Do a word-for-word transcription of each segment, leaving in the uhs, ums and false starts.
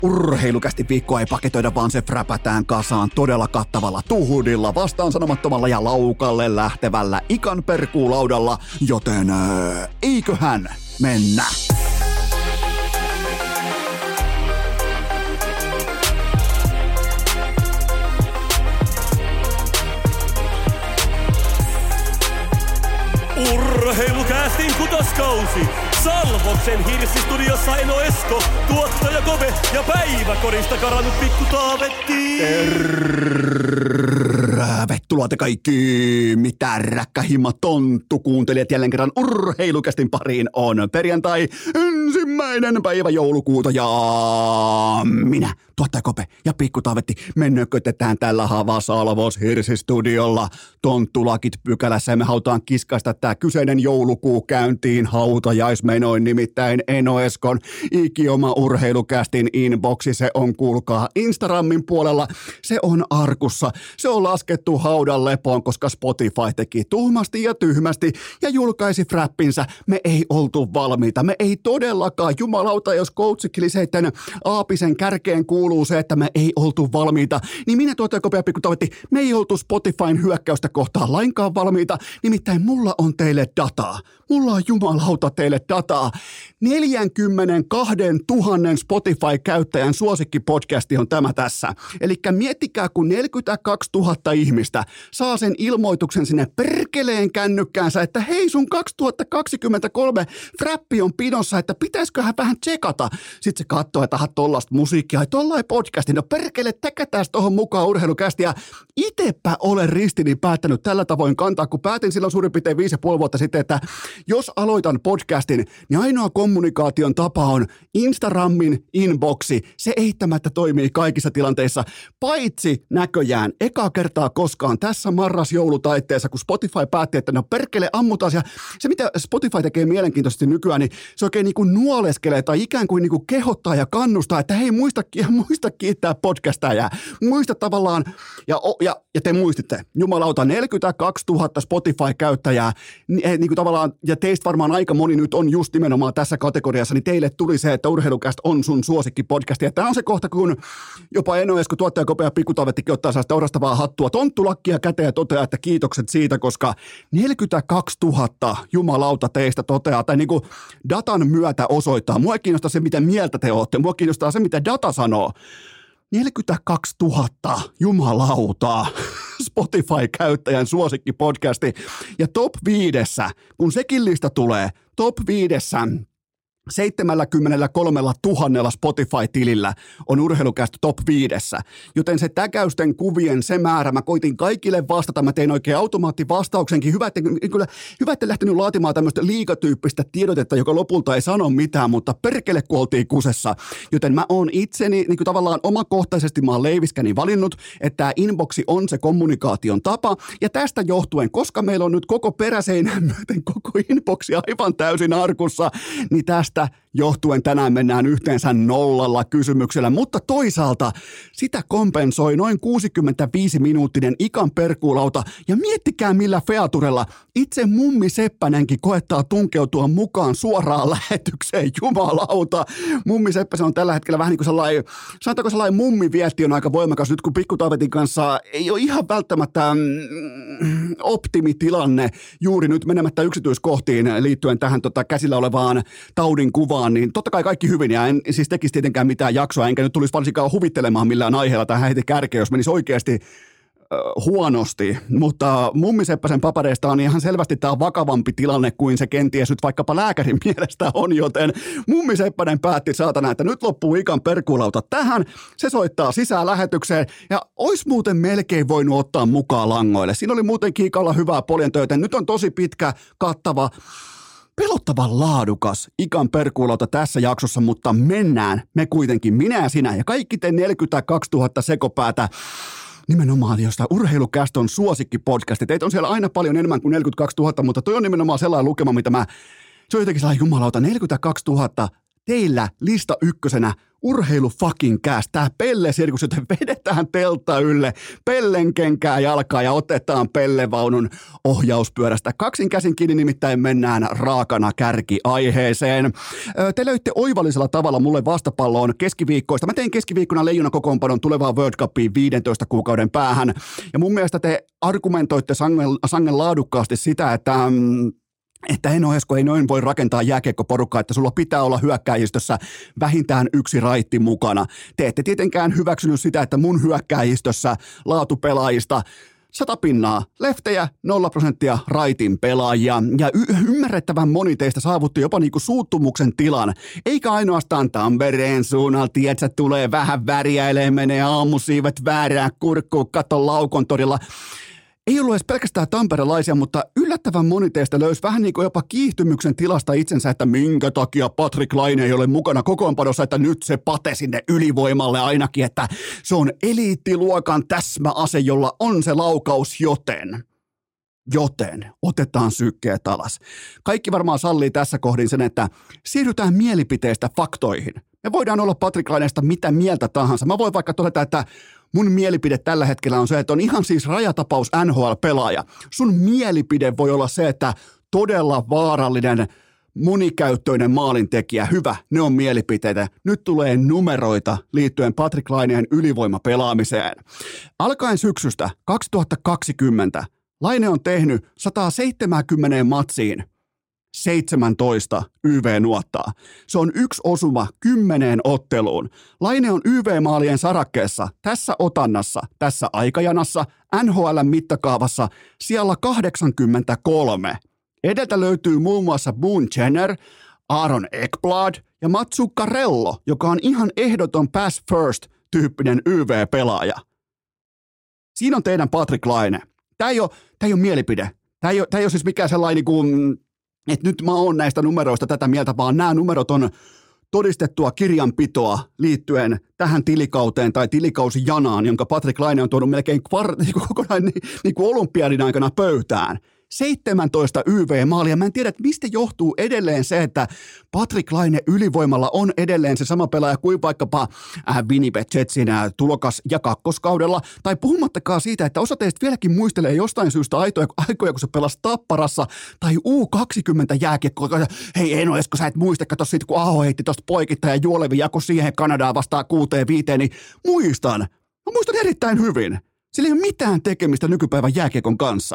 Urheilukästi viikkoa ei paketoida, vaan se fräpätään kasaan todella kattavalla tuhudilla, vastaan sanomattomalla ja laukalle lähtevällä ikan perkuulaudalla, joten äh, eiköhän mennä. Urheilukästin kutoskausi. Salvoksen hirsistudiossa Eno Esko, tuottaja Kove ja päiväkorista karannut pikku Taavetti. Tervetuloa te kaikki, mitä räkkähimmat tonttu kuuntelijat jälleen kerran Urheilukästin pariin. On perjantai ensimmäinen päivä joulukuuta ja minä, tuottaja Kope ja pikku Taavetti, me nökötetään tällä havaa Salvos hirsistudiolla tonttulakit pykälässä ja me halutaan kiskaista tää kyseinen joulukuu käyntiin hautajaismenoin, nimittäin Eno Eskon ikioma Urheilukästin inboxi, se on kuulkaa Instagramin puolella, se on arkussa, se on laskettu haudan lepoon, koska Spotify teki tuhmasti ja tyhmästi ja julkaisi fräppinsä, me ei oltu valmiita, me ei todellakaan, jumalauta, jos coachikliseiden aapisen kärkeen kuuluu se, että me ei oltu valmiita, niin minä tuottaja Kope ja pikku Taavetti, me ei oltu Spotifyn hyökkäystä kohtaan lainkaan valmiita, nimittäin mulla on teille dataa, mulla on jumalauta teille dataa, neljäkymmentäkaksituhatta Spotify-käyttäjän suosikkipodcasti on tämä tässä, eli miettikää kun neljäkymmentäkaksituhatta ihmistä saa sen ilmoituksen sinne perkeleen kännykkäänsä, että hei sun kaksituhattakaksikymmentäkolme frappi on pinossa, että pitäisiköhän vähän tsekata, sitten se katsoo, että aha tollaista musiikkia, ai tollain podcasti, no perkele täkätääs tohon mukaan Urheilukästi ja itepä olen ristini päättänyt tällä tavoin kantaa, kun päätin silloin suurin piirtein viisi ja puoli vuotta sitten, että jos aloitan podcastin, niin ainoa kommunikaation tapa on Instagramin inboxi. Se eittämättä toimii kaikissa tilanteissa, paitsi näköjään eka kertaa koskaan tässä marras-joulutaitteessa, kun Spotify päätti, että no perkele ammutaan. Ja se, mitä Spotify tekee mielenkiintoisesti nykyään, niin se oikein niin kuin nuoleskelee tai ikään kuin, niin kuin kehottaa ja kannustaa, että hei, muista, muista kiittää podcastajaa. Muista tavallaan, ja, ja, ja te muistitte, jumalauta, neljäkymmentäkaksituhatta Spotify-käyttäjää, niin, niin kuin tavallaan, ja teistä varmaan aika moni nyt on just nimenomaan tässä kategoriassa, niin teille tuli se, että Urheilukäst on sun suosikkipodcasti. Ja tämä on se kohta, kun jopa Eno Esko, tuottaja Kope ja pikku Taavettikin ottaa sellaista orastavaa hattua, tonttulakkia käteen ja toteaa, että kiitokset siitä, koska neljäkymmentäkaksituhatta jumalauta teistä toteaa, tai niin kuin datan myötä osoittaa. Mua ei kiinnostaa se, mitä mieltä te olette, mua kiinnostaa se, mitä data sanoo. neljäkymmentäkaksituhatta jumalautaa Spotify-käyttäjän suosikkipodcasti ja top viidessä, kun sekin lista tulee, top viidessä seitsemänkymmentäkolmetuhatta Spotify-tilillä on Urheilukäst top viidessä, joten se täkäysten kuvien, se määrä, mä koitin kaikille vastata, mä tein oikein automaattivastauksenkin, hyvä, että, kyllä, hyvä, että lähtenyt laatimaan tämmöistä liigatyyppistä tiedotetta, joka lopulta ei sano mitään, mutta perkele kun oltiin kusessa, joten mä oon itseni, niin kuin tavallaan omakohtaisesti mä oon leiviskäni valinnut, että tämä inboxi on se kommunikaation tapa, ja tästä johtuen, koska meillä on nyt koko peräseinän myöten koko inboxi aivan täysin arkussa, niin tästä johtuen tänään mennään yhteensä nollalla kysymyksellä, mutta toisaalta sitä kompensoi noin kuusikymmentäviisi minuuttinen ikan perkuulauta ja miettikää millä featurella itse mummi Seppänenkin koettaa tunkeutua mukaan suoraan lähetykseen, jumalauta. Mummi Seppäsen on tällä hetkellä vähän niin kuin sellainen, sanotaanko sellainen mummivietti on aika voimakas nyt kun pikku Taavetin kanssa ei ole ihan välttämättä mm, optimitilanne juuri nyt menemättä yksityiskohtiin liittyen tähän tota, käsillä olevaan taudin kuvaan, niin totta kai kaikki hyvin, ja en siis tekisi tietenkään mitään jaksoa, enkä nyt tulisi varsinkaan huvittelemaan millään aiheella tähän heti kärkeen, jos menisi oikeasti äh, huonosti, mutta mummi Seppäsen papareista on ihan selvästi tämä vakavampi tilanne kuin se kenties nyt vaikkapa lääkärin mielestä on, joten mummi Seppänen päätti saatana, että nyt loppuu ikan perkuulauta tähän, se soittaa sisään lähetykseen, ja ois muuten melkein voinut ottaa mukaan langoille. Siinä oli muuten kiikalla hyvää poljentöitä, nyt on tosi pitkä, kattava, pelottavan laadukas ikan perkuulauta tässä jaksossa, mutta mennään me kuitenkin, minä ja sinä ja kaikki te neljäkymmentäkaksituhatta sekopäätä nimenomaan, josta Urheilukäst on suosikkipodcasti. Teitä on siellä aina paljon enemmän kuin neljäkymmentäkaksituhatta, mutta toi on nimenomaan sellainen lukema, mitä mä, se on jotenkin sellainen jumalauta, neljäkymmentäkaksituhatta teillä lista ykkösenä urheilu fucking cast, tää Pelle-sirkus, joten vedetään teltta ylle, Pellen kenkää jalkaa ja otetaan Pelle-vaunun ohjauspyörästä. Kaksin käsin kiinni nimittäin mennään raakana kärkiaiheeseen. Te löitte oivallisella tavalla mulle vastapalloon keskiviikkoista. Mä tein keskiviikkona leijona kokoonpanon tulevaan World Cupiin viidentoista kuukauden päähän. Ja mun mielestä te argumentoitte sangen, sangen laadukkaasti sitä, että... Mm, että Eno Esko ei noin voi rakentaa jääkiekkoporukkaa, että sulla pitää olla hyökkääjistössä vähintään yksi raitti mukana. Te ette tietenkään hyväksynyt sitä, että mun hyökkääjistössä laatupelaajista sata pinnaa leftejä, nolla prosenttia raitin pelaajia ja y- ymmärrettävän moni teistä saavutti jopa niinku suuttumuksen tilan. Eikä ainoastaan Tampereen suunnalta, tietsä, tulee vähän väriäilee, menee aamusiivet väärään kurkkuun, kato Laukontorilla. Ei ollut edes pelkästään tamperelaisia, mutta yllättävän moni teistä löysi vähän niin kuin jopa kiihtymyksen tilasta itsensä, että minkä takia Patrik Laine ei ole mukana kokoonpanossa, että nyt se pate sinne ylivoimalle ainakin, että se on eliittiluokan täsmäase, jolla on se laukaus, joten... Joten otetaan sykkeet alas. Kaikki varmaan sallii tässä kohdin sen, että siirrytään mielipiteistä faktoihin. Me voidaan olla Patrik Laineesta mitä mieltä tahansa. Mä voin vaikka todeta, että mun mielipide tällä hetkellä on se, että on ihan siis rajatapaus N H L-pelaaja. Sun mielipide voi olla se, että todella vaarallinen, monikäyttöinen maalintekijä. Hyvä, ne on mielipiteitä. Nyt tulee numeroita liittyen Patrik Laineen ylivoimapelaamiseen. Alkaen syksystä kaksituhattakaksikymmentä Laine on tehnyt sata seitsemänkymmentä matsiin seitsemäntoista Y V-nuottaa. Se on yksi osuma kymmeneen otteluun. Laine on Y V-maalien sarakkeessa, tässä otannassa, tässä aikajanassa, N H L:n mittakaavassa siellä kahdeksankymmentäkolme. Edeltä löytyy muun muassa Boone Jenner, Aaron Ekblad ja Mats Zuccarello, joka on ihan ehdoton pass first-tyyppinen Y V-pelaaja. Siinä on teidän Patrik Laine. Tämä ei ole, tämä ei ole mielipide. Tämä ei ole, tämä ei ole siis mikään sellainen kuin, että nyt mä oon näistä numeroista tätä mieltä, vaan nämä numerot on todistettua kirjanpitoa liittyen tähän tilikauteen tai tilikausjanaan, jonka Patrik Laine on tuonut melkein kvar, niin kuin kokonaan niin, niin kuin olympiadin aikana pöytään. seitsemäntoista Y V-maalia. Mä en tiedä, että mistä johtuu edelleen se, että Patrik Laine ylivoimalla on edelleen se sama pelaaja kuin vaikkapa äh, Winnipeg Jetsin äh, tulokas- ja kakkoskaudella. Tai puhumattakaan siitä, että osa teistä vieläkin muistelee jostain syystä aitoja, aikoja, kun se pelasi Tapparassa tai U kaksikymmentä jääkiekkoa. Hei Eno Esko, sä et muista, kato siitä, kun Aho heitti tosta poikittain ja Juolevi jako siihen Kanadaan vastaan kuuteen viiteen, niin muistan. Mä muistan erittäin hyvin. Sillä ei ole mitään tekemistä nykypäivän jääkiekon kanssa.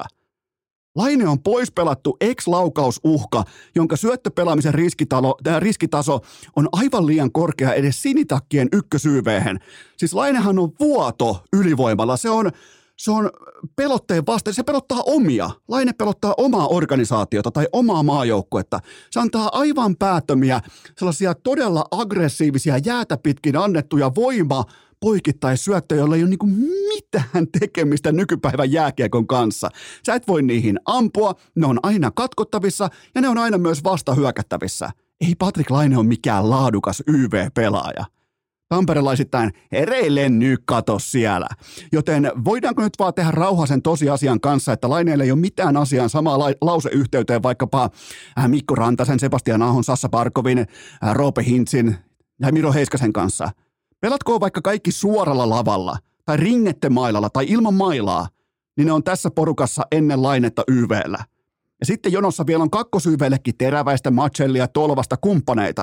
Laine on pois pelattu ex-laukausuhka, jonka syöttöpelaamisen riskitalo, äh, riskitaso on aivan liian korkea edes sinitakkien ykkösyyvehen. Siis Lainehan on vuoto ylivoimalla. Se on, se on pelotteen vasta. Se pelottaa omia. Laine pelottaa omaa organisaatiota tai omaa maajoukkuetta. Se antaa aivan päättömiä sellaisia todella aggressiivisia jäätä pitkin annettuja voima poikittaisyöttöjä, joilla ei ole niinku mitään tekemistä nykypäivän jääkiekon kanssa. Sä et voi niihin ampua, ne on aina katkottavissa ja ne on aina myös vastahyökättävissä. Ei Patrik Laine ole mikään laadukas Y V-pelaaja. Tamperelaisittain hereille nyt kato siellä. Joten voidaanko nyt vaan tehdä rauhasen tosiasian kanssa, että Laineelle ei ole mitään asiaa samaa la- lauseyhteyteen vaikkapa äh, Mikko Rantasen, Sebastian Ahon, Sassa Barkovin, äh, Roope Hintzin ja Miro Heiskasen kanssa. Pelatkoon vaikka kaikki suoralla lavalla, tai ringette mailalla, tai ilman mailaa, niin ne on tässä porukassa ennen Lainetta Y V:llä. Ja sitten jonossa vielä on kakkos-Y V:llekin Teräväistä, Machellia, Tolvasta, kumppaneita.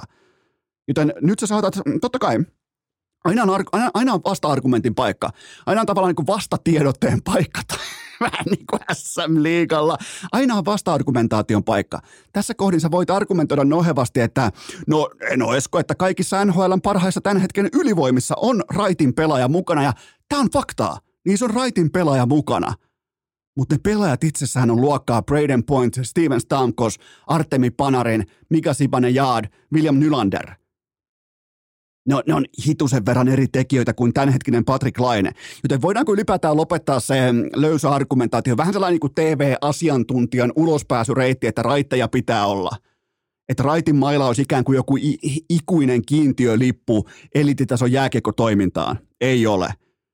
Joten nyt sä saatat, totta kai, aina on, aina, aina on vasta-argumentin paikka. Aina on tavallaan niin kuin vastatiedotteen paikka. Vähän niin kuin S M-liigalla. Aina on vasta-argumentaation paikka. Tässä kohdin sä voit argumentoida nohevasti, että no Eno Esko, että kaikissa N H L:n parhaissa tämän hetken ylivoimissa on raitin pelaaja mukana. Ja tää on faktaa. Niissä on raitin pelaaja mukana. Mutta ne pelaajat itsessään on luokkaa Braden Point, Steven Stamkos, Artemi Panarin, Mika Zibanejad, William Nylander. Ne on, ne on hitusen verran eri tekijöitä kuin tämänhetkinen Patrik Laine. Joten voidaanko ylipäätään lopettaa se löysä argumentaatio? Vähän sellainen niin kuin T V-asiantuntijan ulospääsyreitti, että raitteja pitää olla. Että raitin maila olisi ikään kuin joku i- ikuinen kiintiölippu elititason jääkiekkotoimintaan. Ei ole.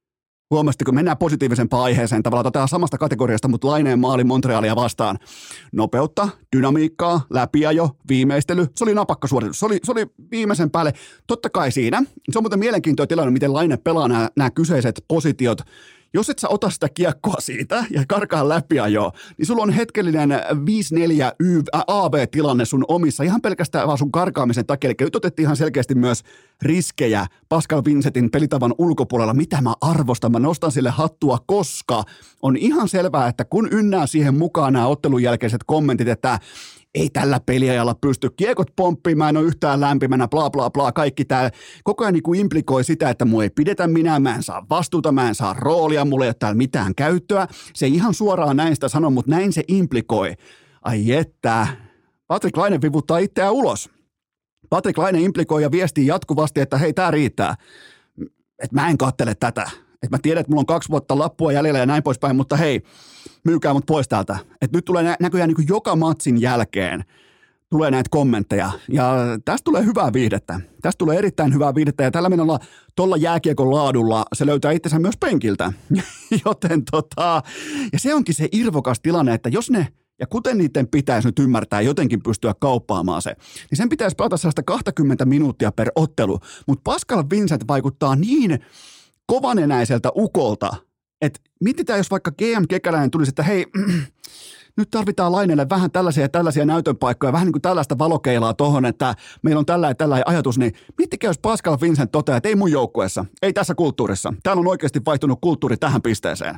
Huomasitte, kun mennään positiivisempaan aiheeseen, tavallaan otetaan samasta kategoriasta, mutta Laineen maali Montrealia vastaan. Nopeutta, dynamiikkaa, läpiajo, viimeistely. Se oli napakkasuoritus. Se oli, se oli viimeisen päälle. Totta kai siinä. Se on muuten mielenkiintoinen tilanne, miten Laine pelaa nämä, nämä kyseiset positiot. Jos et sä ota sitä kiekkoa siitä ja karkaa läpiajoa, niin sulla on hetkellinen viisi neljä A V-tilanne sun omissa ihan pelkästään vaan sun karkaamisen takia. Eli nyt otettiin ihan selkeästi myös riskejä Pascal Vincentin pelitavan ulkopuolella. Mitä mä arvostan? Mä nostan sille hattua, koska on ihan selvää, että kun ynnää siihen mukaan nämä ottelun jälkeiset kommentit, että ei tällä peliajalla pysty kiekot pomppiin, mä en ole yhtään lämpimänä, bla bla bla, kaikki tää. Koko ajan niin kuin implikoi sitä, että mua ei pidetä minä, mä en saa vastuuta, mä en saa roolia, mulla ei ole täällä mitään käyttöä. Se ei ihan suoraan näin sitä sano, mutta näin se implikoi. Ai että, Patrik Laine vivuttaa itseään ulos. Patrik Laine implikoi ja viestii jatkuvasti, että hei, tää riittää. Että mä en kattele tätä. Että mä tiedän, että mulla on kaksi vuotta lappua jäljellä ja näin poispäin, mutta hei, myykää mut pois täältä. Että nyt tulee nä- näköjään niin kuin joka matsin jälkeen tulee näitä kommentteja ja tästä tulee hyvää viihdettä. Tästä tulee erittäin hyvää viihdettä ja tällä menolla tuolla jääkiekon laadulla se löytää itsensä myös penkiltä. Joten tota, ja se onkin se irvokas tilanne, että jos ne, ja kuten niiden pitäisi nyt ymmärtää jotenkin pystyä kauppaamaan se, niin sen pitäisi pelata sellaista kaksikymmentä minuuttia per ottelu, mutta Pascal Vincent vaikuttaa niin kovanenäiseltä ukolta, että mietitään, jos vaikka G M Kekäläinen tulisi, että hei, nyt tarvitaan Laineelle vähän tällaisia ja tällaisia näytönpaikkoja, vähän niin kuin tällaista valokeilaa tohon, että meillä on tällä ja tällainen ajatus, niin miettikää, jos Pascal Vincent toteaa, että ei mun joukkueessa, ei tässä kulttuurissa, täällä on oikeasti vaihtunut kulttuuri tähän pisteeseen.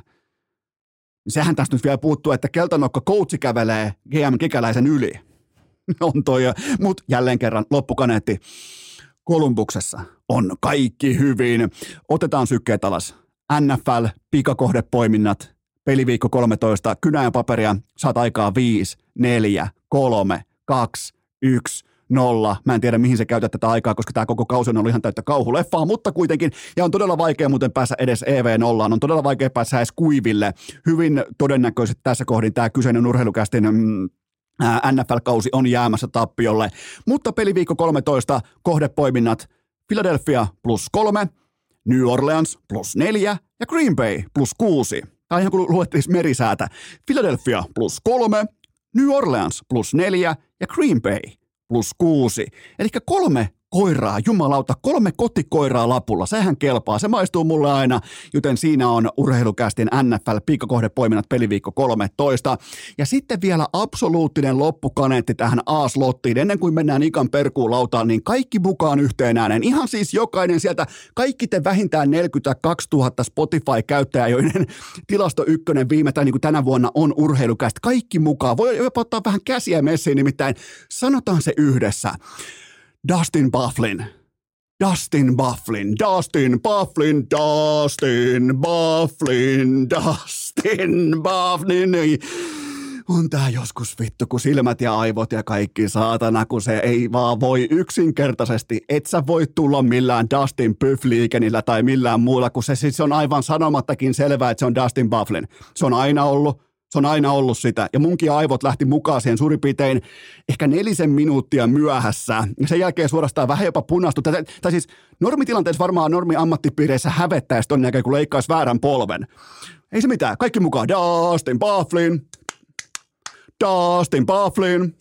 Sehän tästä nyt vielä puuttuu, että keltanokka coachi kävelee G M Kekäläisen yli. On toi, mutta jälleen kerran loppukaneetti. Kolumbuksessa on kaikki hyvin. Otetaan sykkeet alas. N F L, pikakohdepoiminnat, peliviikko kolmetoista, kynä ja paperia, saat aikaa viisi, neljä, kolme, kaksi, yksi, nolla. Mä en tiedä, mihin se käytät tätä aikaa, koska tämä koko kausi on ollut ihan täyttä kauhuleffaa, mutta kuitenkin, ja on todella vaikea muuten päästä edes E V nollaan, on todella vaikea päästä edes kuiville. Hyvin todennäköisesti tässä kohdin tämä kyseinen urheilukästin mm, N F L-kausi on jäämässä tappiolle, mutta peliviikko kolmetoista, kohdepoiminnat, Philadelphia plus kolme, New Orleans plus neljä ja Green Bay plus kuusi. Tämä on ihan kuin luettiin merisäätä. Philadelphia plus kolme, New Orleans plus neljä ja Green Bay plus kuusi. Eli kolme koiraa, jumalauta, kolme kotikoiraa lapulla. Sehän kelpaa, se maistuu mulle aina, joten siinä on urheilukästin N F L-pikkakohdepoiminnat peliviikko kolmetoista. Ja sitten vielä absoluuttinen loppukaneetti tähän A-slottiin. Ennen kuin mennään ikan perkuun lautaan, niin kaikki mukaan yhteen äänen. Ihan siis jokainen sieltä, kaikki te vähintään neljäkymmentäkaksituhatta Spotify-käyttäjää, joiden tilasto ykkönen viime tai niin kuin tänä vuonna on urheilukästä. Kaikki mukaan. Voi jopa ottaa vähän käsiä messiin, nimittäin sanotaan se yhdessä. Dustin Byfuglien, Dustin Byfuglien, Dustin Byfuglien, Dustin Byfuglien, Dustin Byfuglien. On tää joskus vittu, kun silmät ja aivot ja kaikki saatana, kun se ei vaan voi yksinkertaisesti. Et sä voi tulla millään Dustin Byfuglienillä tai millään muulla, kun se siis on aivan sanomattakin selvää, että se on Dustin Byfuglien. Se on aina ollut. Se on aina ollut sitä. Ja munkin aivot lähti mukaan siihen suurin piirtein ehkä nelisen minuuttia myöhässä. Ja sen jälkeen suorastaan vähän jopa punastu. Tai, tai siis normitilanteessa varmaan normi ammattipiireissä hävettäisi ton jälkeen, kun leikkaisi väärän polven. Ei se mitään. Kaikki mukaan. Dustin Byfuglien. Dustin Byfuglien.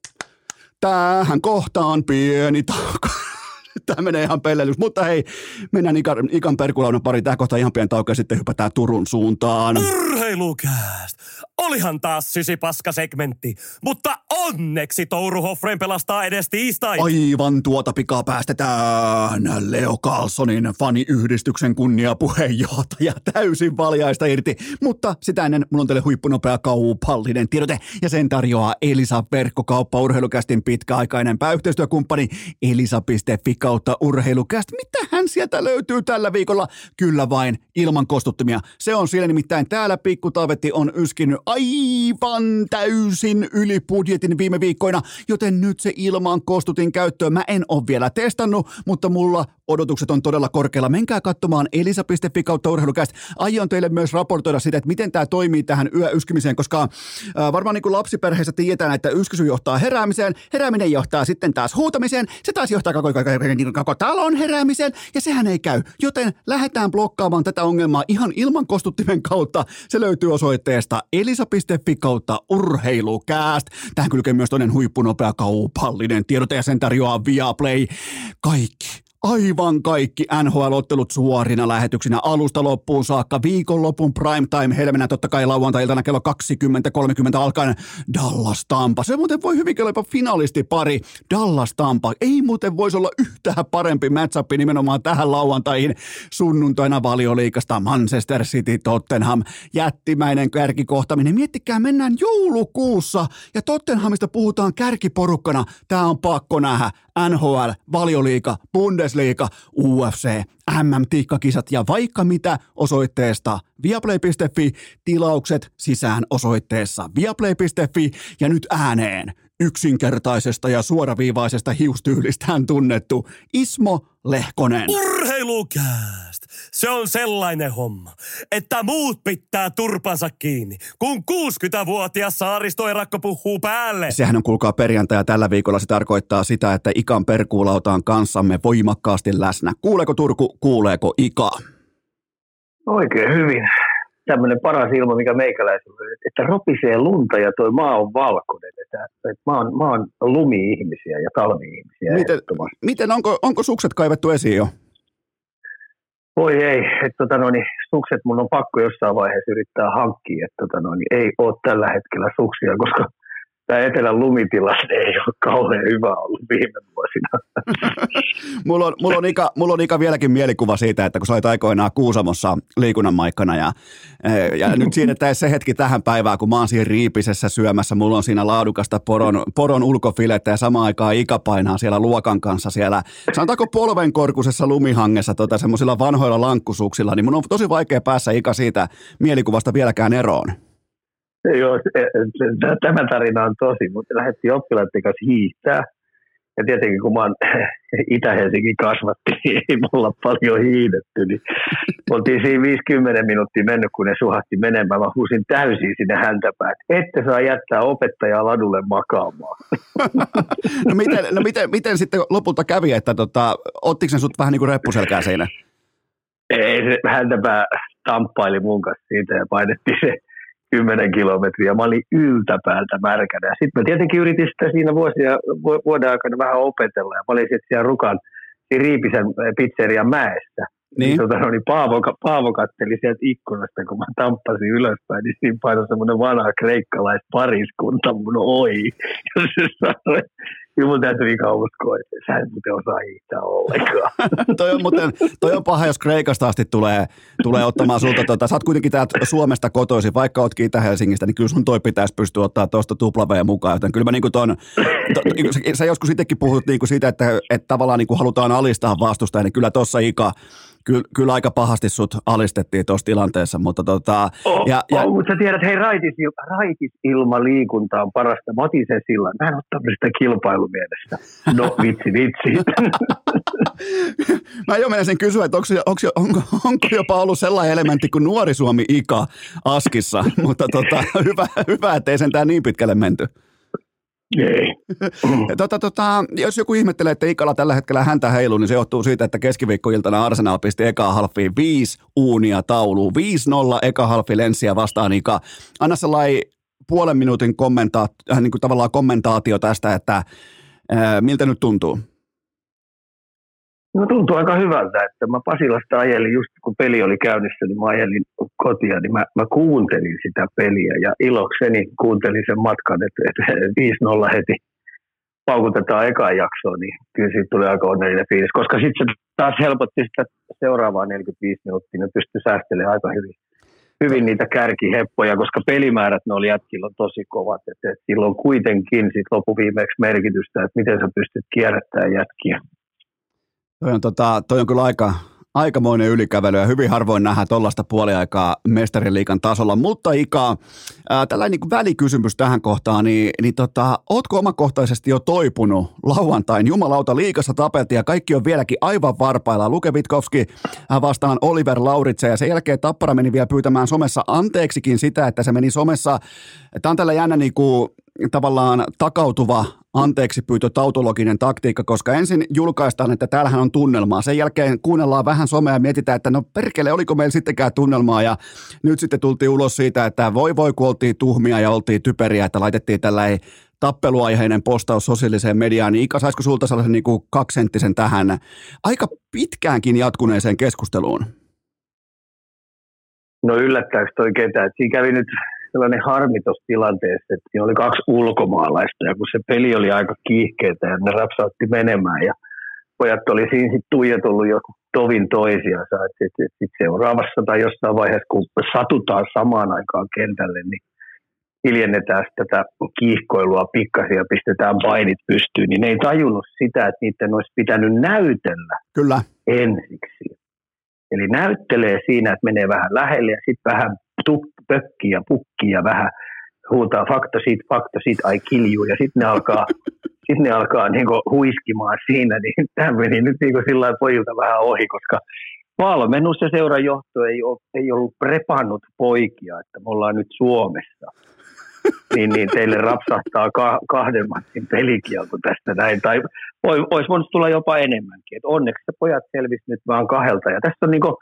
Tähän kohtaan pieni tauko. Tämä menee ihan pellelyksi, mutta hei, mennään ikan, ikan perkulaunan pari. Tämä kohta ihan pieni tauko ja sitten hypätään Turun suuntaan. Urheilukääst! Olihan taas sysipaska-segmentti, mutta onneksi Touru Hoffren pelastaa edes tiistai. Aivan tuota pikaa päästetään Leo Carlsonin faniyhdistyksen kunniapuheenjohtaja täysin valjaista irti. Mutta sitä ennen mulla on teille huippunopea kaupallinen tiedote ja sen tarjoaa Elisa verkkokauppa, urheilukästin pitkäaikainen pääyhteistyökumppani elisa piste fi kautta urheilukäst. Mitähän sieltä löytyy tällä viikolla? Kyllä vain ilman kostuttimia. Se on siellä nimittäin täällä Pikkutaavetti on yskinyt aivan täysin yli budjetin viime viikkoina, joten nyt se ilman kostutin käyttöön. Mä en ole vielä testannut, mutta mulla odotukset on todella korkealla. Menkää katsomaan elisa piste fi kautta urheilukäst. Aion teille myös raportoida sitä, että miten tämä toimii tähän yöyskimiseen, koska äh, varmaan niin kuin lapsiperheessä tiedetään, että yskisy johtaa heräämiseen, herääminen johtaa sitten taas huutamiseen, se taas johtaa koko talon heräämisen, ja sehän ei käy. Joten lähdetään blokkaamaan tätä ongelmaa ihan ilman kostuttimen kautta. Se löytyy osoitteesta elisa piste fi kautta urheilukääst. Tähän kylkee myös toinen huippunopea kaupallinen tiedote, ja sen tarjoaa Viaplay. Kaikki. Aivan kaikki N H L-ottelut suorina lähetyksinä alusta loppuun saakka. Viikonlopun primetime helmenä totta kai lauantai-iltana kello kaksikymmentä kolmekymmentä alkaen Dallas Tampa. Se muuten voi hyvinkin olla jopa finalistipari. Dallas Tampa. Ei muuten voisi olla yhtään parempi match-up nimenomaan tähän lauantaihin. Sunnuntaina Valioliigasta Manchester City Tottenham. Jättimäinen kärkikohtaminen. Miettikää, mennään joulukuussa ja Tottenhamista puhutaan kärkiporukkana. Tää on pakko nähdä. N H L, Valioliiga, Bundesliga, U F C, M M-tiikkakisat ja vaikka mitä osoitteesta viaplay piste fi, tilaukset sisään osoitteessa viaplay piste fi ja nyt ääneen yksinkertaisesta ja suoraviivaisesta hiustyylistään tunnettu Ismo Lehkonen. Urheilukääst! Se on sellainen homma, että muut pitää turpansa kiinni, kun kuusikymmentävuotias saaristoerakko puhuu päälle. Sehän on kuulkaa perjantai ja tällä viikolla se tarkoittaa sitä, että Ikan perkuulauta on kanssamme voimakkaasti läsnä. Kuuleeko Turku, kuuleeko Ika? Oikein hyvin. Tämmöinen paras ilma, mikä meikäläisellä, että ropisee lunta ja toi maa on valkoinen. Että, että mä, oon, mä oon lumi-ihmisiä ja talvi-ihmisiä. Miten, miten onko, onko sukset kaivettu esiin jo? Voi ei, että tota no, niin, sukset mun on pakko jossain vaiheessa yrittää hankkia, että tota no, niin, ei ole tällä hetkellä suksia, koska tämä etelän lumitilanne ei ole kauhean hyvä ollut viime vuosina. mulla, on, mulla, on Ika, mulla on Ika vieläkin mielikuva siitä, että kun sä olit aikoinaan Kuusamossa liikunnan maikkana ja, ja nyt siirrettäisiin se hetki tähän päivään, kun mä oon siinä Riipisessä syömässä, mulla on siinä laadukasta poron, poron ulkofilettä ja samaan aikaan Ika painaa siellä luokan kanssa siellä, sanotaanko polvenkorkusessa lumihangessa tota, semmoisilla vanhoilla lankkusuksilla, niin mun on tosi vaikea päässä Ika siitä mielikuvasta vieläkään eroon. Joo, tämä tarina on tosi, mutta lähdettiin oppilaiden kanssa hiihtää. Ja tietenkin kun mä oon Itä-Helsingin kasvatti, niin ei mulla paljon hiidetty. Niin oltiin siinä viisikymmentä minuuttia mennyt, kun ne suhahti menemään. Mä huusin täysin sinne häntäpään, että saa jättää opettajaa ladulle makaamaan. No miten, no miten, miten sitten lopulta kävi, että tota, ottiko ne sut vähän niin kuin reppuselkää siinä? Ei, se häntäpää tamppaili mun kanssa siitä ja painettiin se kymmenen kilometriä. Mä olin yltäpäältä märkänä. Sitten mä tietenkin yritin sitä siinä vuosia, vuoden aikana vähän opetella. Ja mä olin sitten siellä Rukan Riipisen pizzerian mäessä. Niin. Tota, no, niin Paavo, Paavo katteli sieltä ikkunasta, kun mä tamppasin ylöspäin, niin siinä painoi semmoinen vanha kreikkalaispariskunta mun ohi. Ja se sanoi, kyllä mun täytyy ikä uskoa, että sä et muuten osaa hiihtää ollenkaan. toi, on muuten, toi on paha, jos Kreikasta asti tulee, tulee ottamaan sulta. Tota, sä oot kuitenkin täältä Suomesta kotoisin, vaikka ootkin Itä-Helsingistä, niin kyllä sun toi pitäisi pystyä ottaa tuosta tuplaveen mukaan. Joten kyllä mä niinku ton, to, sä joskus itsekin puhut niinku siitä, että, että tavallaan niinku halutaan alistaa vastusta, niin kyllä tuossa Ika, Kyllä, kyllä aika pahasti sut alistettiin tuossa tilanteessa, mutta tota... Oh, ja, ja... oh, mutta sä tiedät, hei, raitis, raitisilmaliikunta on parasta. Mä otin sen silloin. Mä en ole tämmöistä kilpailumielestä. No, vitsi, vitsi. Mä jo menisin kysyä, että onko, onko, onko, onko jopa ollut sellainen elementti kuin Nuori Suomi Ika Askissa, mutta tota, hyvä, hyvä, ettei sentään niin pitkälle menty. Ei. Tota, tota, jos joku ihmettelee, että Ikalla tällä hetkellä häntä heiluu, niin se johtuu siitä, että keskiviikkoiltana Arsenal pisti eka halfiin viisi uunia tauluun. viisi nolla eka halfi Lenssiä vastaan Ika. Anna sellainen puolen minuutin kommentaatio, niin kuin tavallaan kommentaatio tästä, että ää, miltä nyt tuntuu? No tuntuu aika hyvältä, että mä Pasilasta ajelin, just kun peli oli käynnissä, niin mä ajelin kotia, niin mä, mä kuuntelin sitä peliä ja ilokseni kuuntelin sen matkan, että, että viisi nolla heti paukutetaan ekaan jaksoon, niin kyllä siitä tuli aika onnellinen fiilis, koska sitten se taas helpotti sitä seuraavaa neljäkymmentäviisi minuuttia, ne pystyi säästelemään aika hyvin, hyvin niitä kärkiheppoja, koska pelimäärät ne oli jätkillä on tosi kovat, että, että sillä on kuitenkin sit loppuviimeksi merkitystä, että miten sä pystyt kierrättämään jätkiä. Toi on, tota, toi on kyllä aika, aikamoinen ylikävely ja hyvin harvoin nähdään tuollaista puoliaikaa mestariliigan tasolla. Mutta Ika, ää, tällainen niin kuin välikysymys tähän kohtaan, niin, niin tota, ootko omakohtaisesti jo toipunut lauantain? Jumalauta, liigassa tapeltiin ja kaikki on vieläkin aivan varpailla. Luke Witkowski vastaan Oliver Lauritse ja sen jälkeen Tappara meni vielä pyytämään somessa anteeksikin sitä, että se meni somessa. Tämä on tällä jännä niin kuin tavallaan takautuva anteeksi pyytö tautologinen taktiikka, koska ensin julkaistaan, että täällähän on tunnelmaa. Sen jälkeen kuunnellaan vähän somea ja mietitään, että no perkele, oliko meillä sittenkään tunnelmaa. Ja nyt sitten tultiin ulos siitä, että voi voi, kun oltiin tuhmia ja oltiin typeriä, että laitettiin tällainen tappeluaiheinen postaus sosiaaliseen mediaan. Niin Ika, saisiko sulta sellaisen niin kuin kaksisenttisen tähän aika pitkäänkin jatkuneeseen keskusteluun? No yllättääkö toi ketään? Et siinä kävi nyt sellainen harmi tuossa tilanteessa, että siinä oli kaksi ulkomaalaista ja kun se peli oli aika kiihkeetä ja ne rapsautti menemään ja pojat oli siinä sitten tuijotellut joku tovin toisiansa, että et, et, et seuraavassa tai jossain vaiheessa kun satutaan samaan aikaan kentälle, niin hiljennetään tätä kiihkoilua pikkasen ja pistetään painit pystyyn, niin ne ei tajunnut sitä, että niiden olisi pitänyt näytellä Kyllä. ensiksi. Eli näyttelee siinä, että menee vähän lähelle ja sitten vähän pökkii ja pukkii ja vähän huutaa fakta siitä, fakta siitä, ai kilju. Ja sitten ne alkaa, sit ne alkaa niinku huiskimaan siinä, niin tämä meni nyt niinku sillä lailla pojilta vähän ohi, koska valmennus ja seurajohto ei, ole, ei ollut prepannut poikia, että me ollaan nyt Suomessa. Niin, niin teille rapsahtaa ka- kahden mattin pelikielto tästä näin. Tai olisi voinut tulla jopa enemmänkin. Et onneksi se pojat selvisi nyt vaan kahdelta. Ja tässä on niinku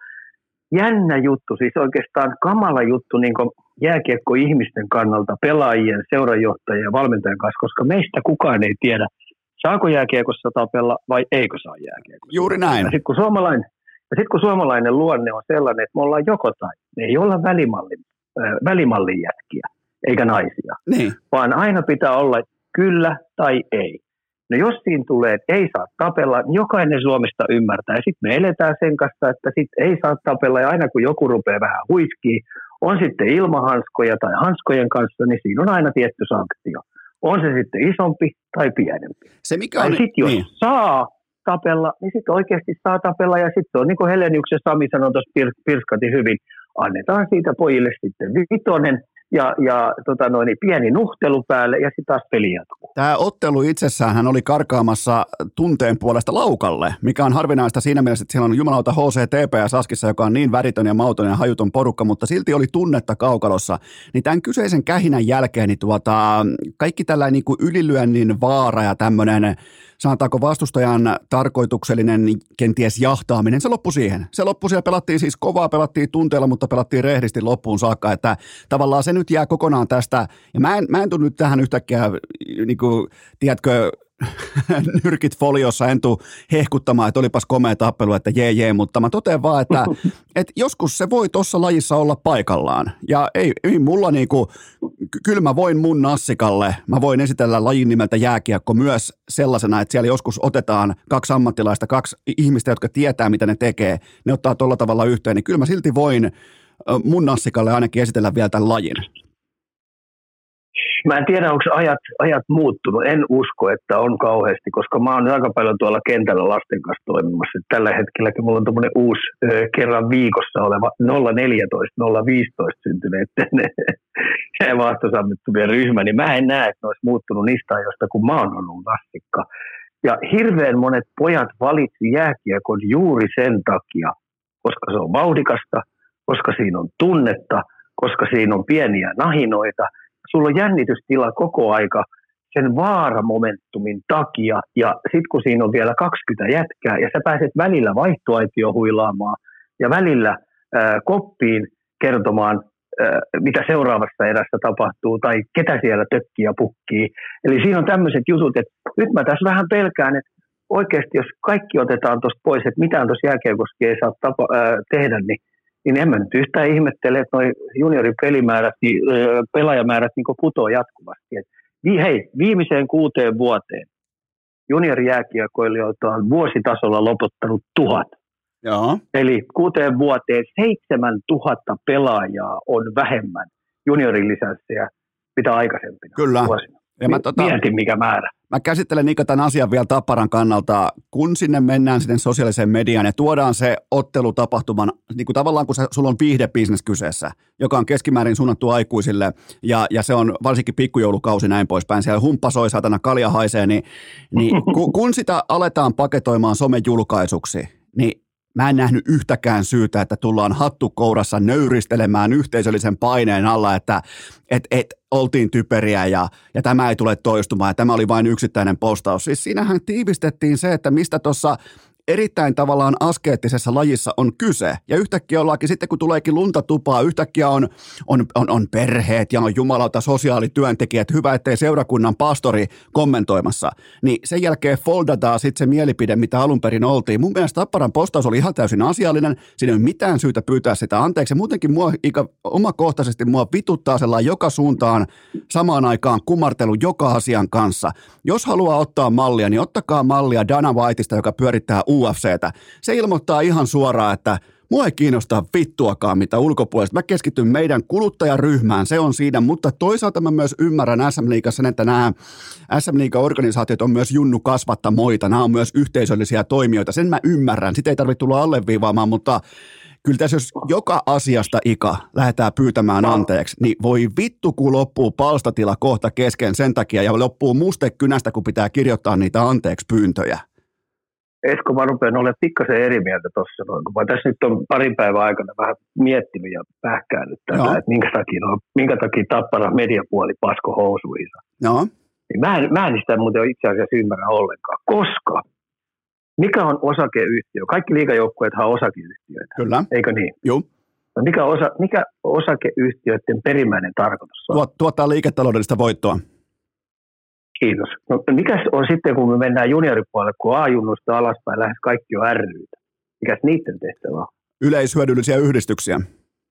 jännä juttu, siis oikeastaan kamala juttu niinku jääkiekko-ihmisten kannalta, pelaajien, seurajohtajien ja valmentajan kanssa, koska meistä kukaan ei tiedä, saako jääkiekossa tapella vai eikö saa jääkiekossa. Juuri näin. Ja sitten kun suomalainen, sit, kun suomalainen luonne on sellainen, että me ollaan joko tai, me ei olla välimallin, äh, välimallin jätkiä eikä naisia, niin. vaan aina pitää olla kyllä tai ei. No jos siinä tulee, että ei saa tapella, niin jokainen Suomesta ymmärtää. Ja sitten me eletään sen kanssa, että sitten ei saa tapella. Ja aina kun joku rupeaa vähän huiskiin, on sitten ilmahanskoja tai hanskojen kanssa, niin siinä on aina tietty sanktio. On se sitten isompi tai pienempi. Se mikä on... Ja sitten jos niin. saa tapella, niin sitten oikeasti saa tapella. Ja sitten on niin kuin Heleniuksen Sami sanoi tuossa pirskati hyvin, annetaan siitä pojille sitten vitonen. Ja, ja tota noin, pieni nuhtelu päälle ja sitten taas peli jatkuu. Tämä ottelu itsessään hän oli karkaamassa tunteen puolesta laukalle, mikä on harvinaista siinä mielessä, että siellä on jumalauta H C T P S Askissa, joka on niin väritön ja mauton ja hajuton porukka, mutta silti oli tunnetta kaukalossa. Niin tämän kyseisen kähinän jälkeen niin tuota, kaikki tällainen niin kuin ylilyönnin vaara ja tämmöinen, sanotaanko vastustajan tarkoituksellinen kenties jahtaaminen, se loppui siihen. Se loppui siellä, pelattiin siis kovaa, pelattiin tunteella, mutta pelattiin rehdisti loppuun saakka, että tavallaan se nyt jää kokonaan tästä, ja mä en, mä en tule nyt tähän yhtäkkiä, niin kuin, tiedätkö, nyrkit foliossa, en tule hehkuttamaan, että olipas komea tappelu, että jee jee, mutta mä totean vaan, että, että joskus se voi tuossa lajissa olla paikallaan, ja ei, ei mulla niinku, kyllä mä voin mun nassikalle, mä voin esitellä lajin nimeltä jääkiekko myös sellaisena, että siellä joskus otetaan kaksi ammattilaista, kaksi ihmistä, jotka tietää, mitä ne tekee, ne ottaa tuolla tavalla yhteen, niin kyllä mä silti voin mun nassikalle ainakin esitellä vielä tämän lajin. Mä en tiedä, onko ajat, ajat muuttunut. En usko, että on kauheasti, koska mä oon aika paljon tuolla kentällä lasten kanssa toimimassa. Tällä hetkellä mulla on tommoinen uusi ö, kerran viikossa oleva nolla neljätoista nolla viisitoista syntyneiden vastosammittumien ryhmä, niin mä en näe, että ne olisi muuttunut niistä ajoista, kun mä oon ollut lastikka. Ja hirveän monet pojat valitsi jääkiekon juuri sen takia, koska se on vauhdikasta, koska siinä on tunnetta, koska siinä on pieniä nahinoita. Sulla on jännitystila koko aika sen vaaramomentumin takia, ja sitten kun siinä on vielä kaksikymmentä jätkää, ja sä pääset välillä vaihtoaitio huilaamaan, ja välillä ää, koppiin kertomaan, ää, mitä seuraavassa erässä tapahtuu, tai ketä siellä tökkii ja pukkii. Eli siinä on tämmöiset jutut, että nyt mä tässä vähän pelkään, että oikeasti jos kaikki otetaan tuosta pois, että mitään tuossa jääkiekossakin ei saa tapa, ää, tehdä, niin niin en mä nyt yhtään ihmettele, että noi juniorin pelimäärät, niin, pelaajamäärät niin putoo jatkuvasti. Et, hei, viimeiseen kuuteen vuoteen juniorijääkiekkoilijoita on vuositasolla loputtanut tuhat. Joo. Eli kuuteen vuoteen seitsemän tuhatta pelaajaa on vähemmän juniorin lisänsä mitä aikaisempina Kyllä. vuosina. Ja mä, tota, Mietin mikä määrä. Mä käsittelen Nika tämän asian vielä Tapparan kannalta, kun sinne mennään sinne sosiaaliseen mediaan ja tuodaan se ottelutapahtuman, niin kuin tavallaan kun se, sulla on viihdebisnes kyseessä, joka on keskimäärin suunnattu aikuisille ja, ja se on varsinkin pikkujoulukausi näin poispäin, siellä humppa soi, satana kalja haisee, niin, niin kun, kun sitä aletaan paketoimaan somejulkaisuksi, niin Mä en nähnyt yhtäkään syytä, että tullaan hattukourassa nöyristelemään yhteisöllisen paineen alla, että et, et, oltiin typeriä ja, ja tämä ei tule toistumaan ja tämä oli vain yksittäinen postaus. Siis siinähän tiivistettiin se, että mistä tuossa erittäin tavallaan askeettisessa lajissa on kyse. Ja yhtäkkiä ollaankin sitten, kun tuleekin lunta tupaa, yhtäkkiä on, on, on, on perheet ja on jumalauta sosiaalityöntekijät, hyvä ettei seurakunnan pastori kommentoimassa. Niin sen jälkeen foldataan sitten se mielipide, mitä alun perin oltiin. Mun mielestä Tapparan postaus oli ihan täysin asiallinen, siinä ei ole mitään syytä pyytää sitä anteeksi. Muutenkin mua, omakohtaisesti mua vituttaa sellainen joka suuntaan samaan aikaan kumartelu joka asian kanssa. Jos haluaa ottaa mallia, niin ottakaa mallia Dana Whiteista, joka pyörittää U F C:tä. Se ilmoittaa ihan suoraan, että mua ei kiinnosta vittuakaan mitä ulkopuolesta. Mä keskityn meidän kuluttajaryhmään, se on siinä, mutta toisaalta mä myös ymmärrän S M-liigassa sen, että nämä S M-liiga-organisaatiot on myös junnu kasvattamoita, nämä on myös yhteisöllisiä toimijoita, sen mä ymmärrän, sitä ei tarvitse tulla alleviivaamaan, mutta kyllä tässä jos joka asiasta Ika lähdetään pyytämään anteeksi, niin voi vittu kun loppuu palstatila kohta kesken sen takia ja loppuu muste kynästä, kun pitää kirjoittaa niitä anteeksi pyyntöjä. Esko, mä rupean olemaan pikkasen eri mieltä tuossa noin, kun mä tässä nyt on parin päivän aikana vähän miettinyt ja pähkäänyt tätä, että minkä takia, no, minkä takia Tappara mediapuoli pasko housuihinsa. No. Niin mä, en, mä en sitä muuten itse asiassa ymmärrä ollenkaan, koska mikä on osakeyhtiö? Kaikki liigajoukkueethan on osakeyhtiöitä, Kyllä. Eikö niin? Joo. No mikä, osa, mikä osakeyhtiöiden perimmäinen tarkoitus on? Tuot, tuottaa liiketaloudellista voittoa. Kiitos. No, mikäs on sitten, kun me mennään junioripuolelle, kun A-junnusta alaspäin lähes kaikki on ry:tä? Mikäs niiden tehtävä on? Yleishyödyllisiä yhdistyksiä.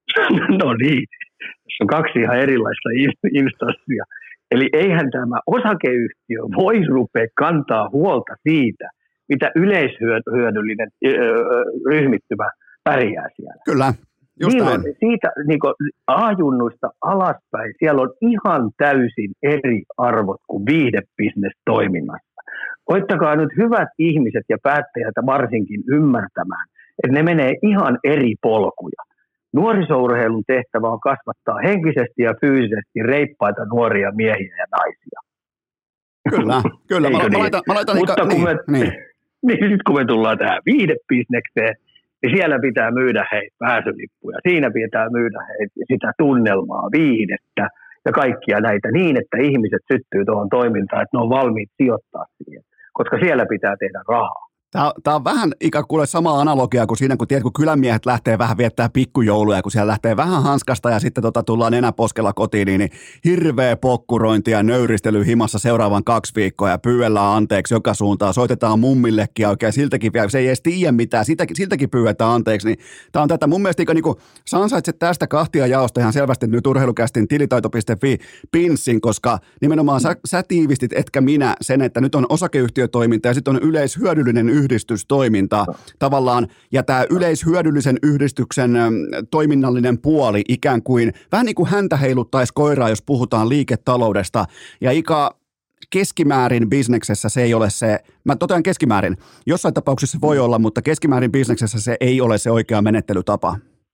No niin. Tässä on kaksi ihan erilaista instanssia. Eli eihän tämä osakeyhtiö voi rupea kantaa huolta siitä, mitä yleishyödyllinen ryhmittymä pärjää siellä. Kyllä. Just näin. Siitä niin kuin A-junnuista alaspäin, siellä on ihan täysin eri arvot kuin viihdebisnestoiminnassa. Koittakaa nyt hyvät ihmiset ja päättäjät varsinkin ymmärtämään, että ne menee ihan eri polkuja. Nuorisourheilun tehtävä on kasvattaa henkisesti ja fyysisesti reippaita nuoria miehiä ja naisia. Kyllä, kyllä. Mä, niin? mä laitan, mä laitan Mutta niin, kun me, niin. niin sitten kun me tullaan tähän viihdebisnekseen, niin siellä pitää myydä hei pääsylippuja. Siinä pitää myydä hei sitä tunnelmaa, viihdettä ja kaikkia näitä niin, että ihmiset syttyy tuohon toimintaan, että ne on valmiit sijoittaa siihen, koska siellä pitää tehdä rahaa. Tämä, tämä on vähän ikään kuin sama analogia kuin siinä, kun, tiedät, kun kylänmiehet lähtee vähän viettää pikkujouluja, kun siellä lähtee vähän hanskasta ja sitten tota, tullaan enäposkella kotiin, niin, niin hirveä pokkurointi ja nöyristely himassa seuraavan kaksi viikkoa ja pyydellään anteeksi joka suuntaan, soitetaan mummillekin ja oikein siltäkin vielä, se ei edes tiedä mitään, siltäkin, siltäkin pyydetään anteeksi, niin tämä on tätä mun mielestä niin kuin, sä ansaitset tästä kahtia jaosta ihan selvästi nyt urheilukästin tilitaito piste fi pinssin, koska nimenomaan sä, sä tiivistit, etkä minä sen, että nyt on osakeyhtiötoiminta ja sitten on yleishyödyllinen yhdistystoiminta tavallaan, ja tämä yleishyödyllisen yhdistyksen toiminnallinen puoli ikään kuin, vähän niin kuin häntä heiluttaisi koiraa, jos puhutaan liiketaloudesta, ja Ika, keskimäärin bisneksessä se ei ole se, mä totean keskimäärin, jossain tapauksessa voi olla, mutta keskimäärin bisneksessä se ei ole se oikea menettelytapa.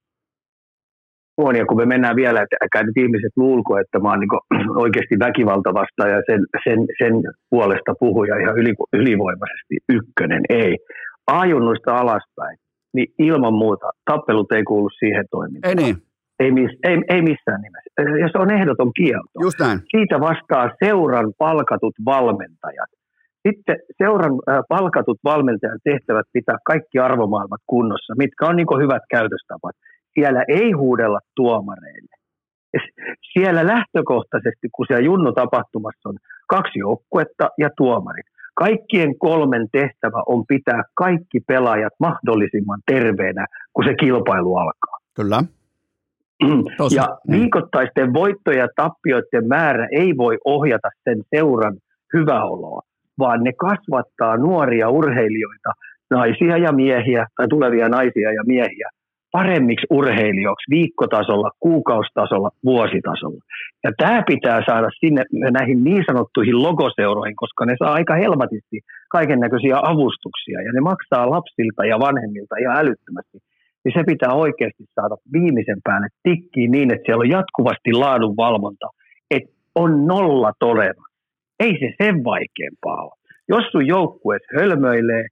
On, ja kun me mennään vielä, että älkää nyt ihmiset luulko, että mä oon niin oikeasti väkivalta vastaan ja sen, sen, sen puolesta puhuja ihan yli, ylivoimaisesti ykkönen, ei. A-junnuista alaspäin, niin ilman muuta tappelut ei kuulu siihen toimintaan. Ei niin. Ei, miss, ei, ei missään nimessä. Jos on ehdoton kielto, just näin. Siitä vastaa seuran palkatut valmentajat. Sitten seuran äh, palkatut valmentajan tehtävät pitää kaikki arvomaailmat kunnossa, mitkä on niin kuin hyvät käytöstapat. Siellä ei huudella tuomareille. Siellä lähtökohtaisesti, kun siellä Junnu-tapahtumassa on kaksi joukkuetta ja tuomarit, kaikkien kolmen tehtävä on pitää kaikki pelaajat mahdollisimman terveenä, kun se kilpailu alkaa. Kyllä. Tosi. Ja viikoittaisten voittojen ja tappioiden määrä ei voi ohjata sen seuran hyväoloa, vaan ne kasvattaa nuoria urheilijoita, naisia ja miehiä, tai tulevia naisia ja miehiä, paremmiksi urheilijoiksi viikkotasolla, kuukausitasolla, vuositasolla. Ja tämä pitää saada sinne näihin niin sanottuihin logoseuroihin, koska ne saa aika helvatisti kaiken näköisiä avustuksia, ja ne maksaa lapsilta ja vanhemmilta ihan älyttömästi. Niin se pitää oikeasti saada viimeisen päälle tikkiin niin, että siellä on jatkuvasti laadunvalvonta, että on nolla toleranssi. Ei se sen vaikeampaa ole. Jos sun joukkueessa hölmöilee,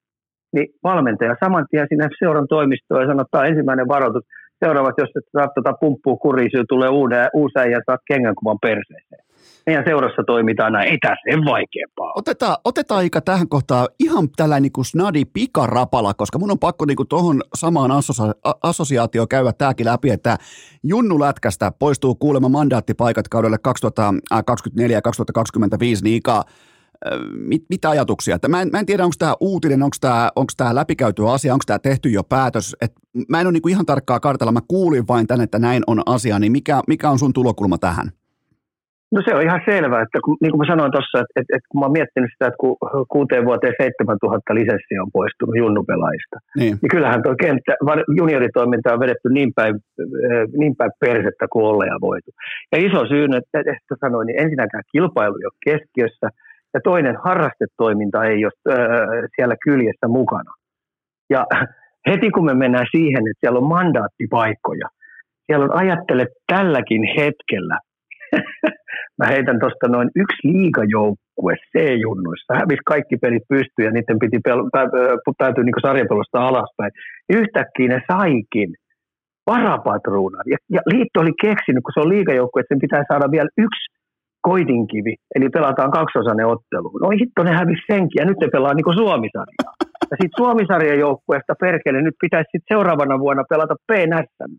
niin valmentaja saman tien sinne seuran toimistoon ja sanoo, että tämä on ensimmäinen varoitus. Seuraavat, jos et saat tuota pumppua kuriin, tulee uusi äijä ja saat kengänkuvan perseeseen. Meidän seurassa toimitaan näin, ei tässä sen vaikeampaa. Otetaan, otetaan Ika tähän kohtaan ihan tällainen niin kuin snadi pikarapala, koska mun on pakko niin kuin tuohon samaan assosia- assosiaatioon käydä tämäkin läpi, että Junnulätkästä poistuu kuulemma mandaattipaikat kaudelle kaksituhattakaksikymmentäneljä kaksituhattakaksikymmentäviisi, niin Ika, mit, mitä ajatuksia? Mä en, mä en tiedä, onko tämä uutinen, onko tämä, onko tämä läpikäyty asia, onko tämä tehty jo päätös. Et mä en ole niin kuin ihan tarkkaa kartalla, mä kuulin vain tänne, että näin on asia, niin mikä, mikä on sun tulokulma tähän? No se on ihan selvä, että kun, niin kuin mä sanoin tuossa, että, että, että kun mä oon miettinyt sitä, että kun kuuteen vuoteen seitsemäntuhatta lisenssiä on poistunut junnupelaajista, niin, niin kyllähän tuo kenttä, junioritoiminta on vedetty niin päin, niin päin persettä kuin olla ja voitu. Ja iso syy, että, että sanoin, niin ensinnäkään kilpailu ei ole keskiössä, ja toinen harrastetoiminta ei ole äh, siellä kyljessä mukana. Ja heti kun me mennään siihen, että siellä on mandaattipaikkoja, siellä on ajattele tälläkin hetkellä, mä heitän tuosta noin yksi liigajoukkue C-junnuissa. Hävisi kaikki pelit pystyyn ja niiden piti pel- pä- päätyä niin sarjapelosta alaspäin. Yhtäkkiä ne saikin varapatruunan. Ja, ja liitto oli keksinyt, kun se on liigajoukkue, että sen pitää saada vielä yksi koitinkivi. Eli pelataan kaksiosainen ottelu. No hitto, ne hävisi senkin ja nyt ne pelaa niin kuin Suomi-sarjaa. Ja sitten Suomi-sarjan joukkueesta perkele nyt pitäisi sit seuraavana vuonna pelata P N S.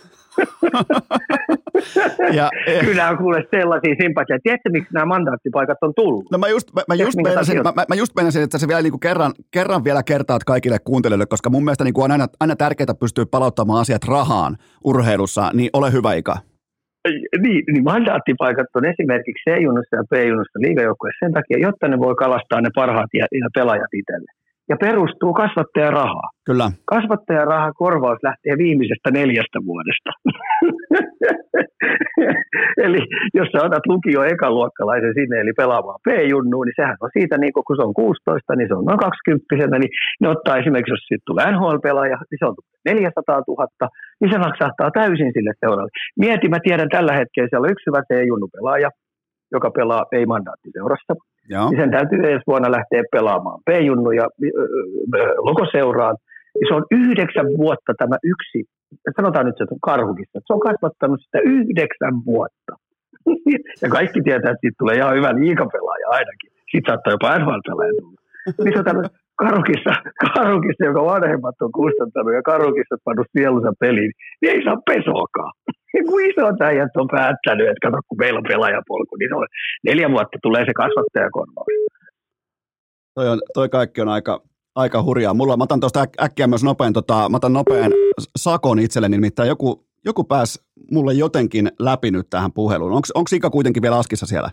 ja, Kyllä on kuule sellaisia sympatiaa. Tiedätkö, miksi nämä mandaattipaikat on tullut? No mä just, mä, mä just, meinasin, mä, mä just meinasin, että sä vielä niinku kerran, kerran vielä kertaat kaikille kuuntelijoille, koska mun mielestä niinku on aina, aina tärkeää pystyä palauttamaan asiat rahaan urheilussa, niin ole hyvä Ika. Niin, niin mandaattipaikat on esimerkiksi C-junnussa ja B-junnussa liigajoukkueessa sen takia, jotta ne voi kalastaa ne parhaat ja, ja pelaajat itselle. Ja perustuu kasvattajarahaa. Kyllä. Kasvattajaraha korvaus lähtee viimeisestä neljästä vuodesta. Eli jos sä otat lukio ekaluokkalaisen sinne, eli pelaamaan P-junnuun, niin sehän on siitä, niin kun se on kuusitoista, niin se on noin kaksikymmentä, niin ne ottaa esimerkiksi, jos siitä tulee N H L-pelaaja, niin se on neljäsataatuhatta, niin se naksahtaa täysin sille seuralle. Mieti, mä tiedän tällä hetkellä, siellä on yksi hyvä C-junnu-pelaaja, joka pelaa ei-mandaattiseurassa. Niin sen täytyy ensi vuonna lähteä pelaamaan P-junnu ja Lokoseuraan. Se on yhdeksän vuotta tämä yksi, sanotaan nyt se on Karhukissa, se on kasvattanut sitä yhdeksän vuotta. Ja kaikki tietää, että siitä tulee ihan hyvä liigapelaaja ainakin. Siitä saattaa jopa N H L-pelaaja tulla. Niin se on tämmöinen Karhukissa, Karhukissa, joka vanhemmat on kustantanut ja Karhukissa pannut sielunsa peliin, niin ei saa pesoakaan. Ja kun isot äijät on päättänyt, että kato, kun meillä on pelaajapolku, niin on neljä vuotta tulee se kasvattajakorvaus. Toi, on, toi kaikki on aika, aika hurjaa. Mulla, mä otan tuosta äk- äkkiä myös nopean, tota, mä otan nopean sakon itselleni, nimittäin joku, joku pääsi mulle jotenkin läpi nyt tähän puheluun. Onko Ika kuitenkin vielä askissa siellä?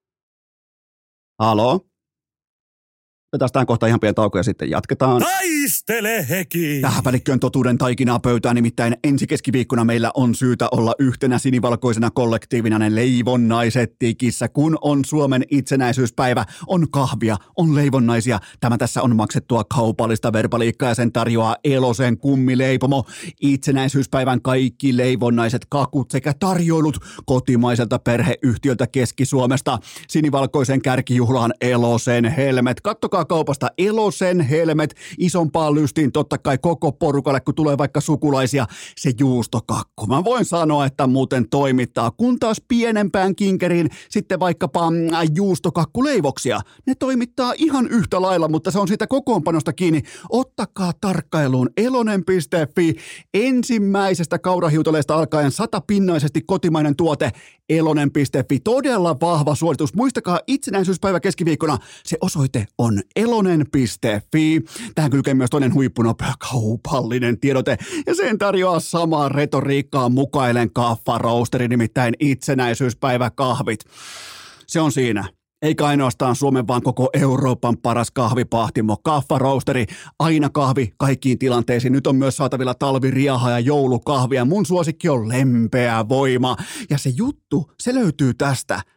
Haloo? Otetaan tähän kohtaan ihan pieni tauko ja sitten jatketaan. Taistele heki! Tähän välikköön totuuden taikinaa pöytään, nimittäin ensi keskiviikkona meillä on syytä olla yhtenä sinivalkoisena kollektiivina ne leivonnaiset tikissä. Kun on Suomen itsenäisyyspäivä, on kahvia, on leivonnaisia. Tämä tässä on maksettua kaupallista verbaliikkaa ja sen tarjoaa Elosen kummileipomo. Itsenäisyyspäivän kaikki leivonnaiset kakut sekä tarjoilut kotimaiselta perheyhtiöltä Keski-Suomesta. Sinivalkoisen kärkijuhlaan Elosen helmet. Kattokaa kaupasta Elosen helmet, isompaan lystiin totta kai koko porukalle, kun tulee vaikka sukulaisia, se juustokakku. Mä voin sanoa, että muuten toimittaa, kun taas pienempään kinkeriin sitten vaikkapa mm, juustokakkuleivoksia. Ne toimittaa ihan yhtä lailla, mutta se on siitä kokoonpanosta kiinni. Ottakaa tarkkailuun elonen piste fi, ensimmäisestä kaurahiutaleesta alkaen satapinnaisesti kotimainen tuote, elonen piste fi. Todella vahva suositus. Muistakaa itsenäisyyspäivä keskiviikkona, se osoite on elonen piste fi. Tähän kylkee myös toinen huippunopea kaupallinen tiedote ja sen tarjoaa samaa retoriikkaa mukailen kaffaroasteri, nimittäin itsenäisyyspäiväkahvit. Se on siinä. Eikä ainoastaan Suomen, vaan koko Euroopan paras kahvipahtimo, kaffaroasteri, aina kahvi kaikkiin tilanteisiin. Nyt on myös saatavilla talviriaha ja joulukahvia. Mun suosikki on lempeä voima. Ja se juttu, se löytyy tästä.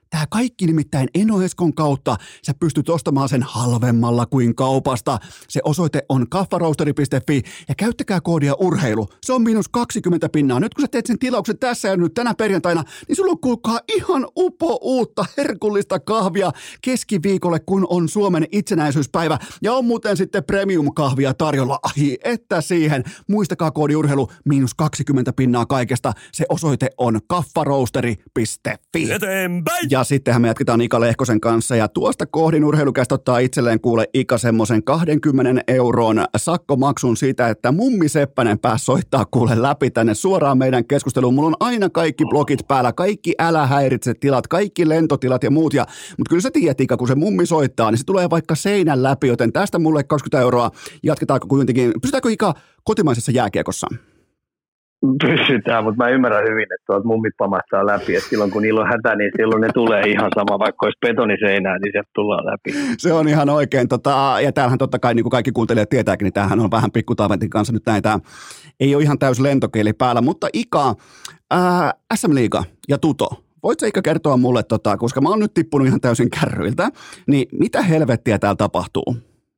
Tämä kaikki nimittäin Eno Eskon kautta. Sä pystyt ostamaan sen halvemmalla kuin kaupasta. Se osoite on kaffaroasteri piste fi ja käyttäkää koodia urheilu. Se on miinus kaksikymmentä pinnaa. Nyt kun sä teet sen tilauksen tässä ja nyt tänä perjantaina, niin sulla on kuulkaa ihan upo uutta herkullista kahvia keskiviikolle, kun on Suomen itsenäisyyspäivä. Ja on muuten sitten premium-kahvia tarjolla. Ai, että siihen. Muistakaa koodi urheilu, miinus kaksikymmentä pinnaa kaikesta. Se osoite on kaffaroasteri piste fi. Eteenpäin! Ja sittenhän me jatketaan Ika Lehkosen kanssa. Ja tuosta kohdin urheilukästä ottaa itselleen kuule Ika semmoisen kaksikymmentä euron sakkomaksun siitä, että Mummi Seppänen pääsi soittaa kuule läpi tänne suoraan meidän keskusteluun. Mulla on aina kaikki blogit päällä, kaikki älä häiritse tilat, kaikki lentotilat ja muut. Ja, mutta kyllä sä tiedät, Ika, kun se mummi soittaa, niin se tulee vaikka seinän läpi, joten tästä mulle kaksikymmentä euroa. Jatketaanko kuitenkin, pysytäänkö Ika kotimaisessa jääkiekossa? Pysytään, mutta mä ymmärrän hyvin, että tuolta mummit pamahtaa läpi, että silloin kun niillä on hätä, niin silloin ne tulee ihan sama, vaikka olisi betoniseinää, niin sieltä tullaan läpi. Se on ihan oikein, tota, ja täällähän totta kai, niin kuin kaikki kuuntelijat tietääkin, niin tämähän on vähän pikkutaaventin kanssa nyt näitä, ei ole ihan täys lentokieli päällä, mutta Ika, ää, S M-liiga ja Tuto, voitko Ika kertoa mulle, tota, koska mä oon nyt tippunut ihan täysin kärryiltä, niin mitä helvettiä täällä tapahtuu?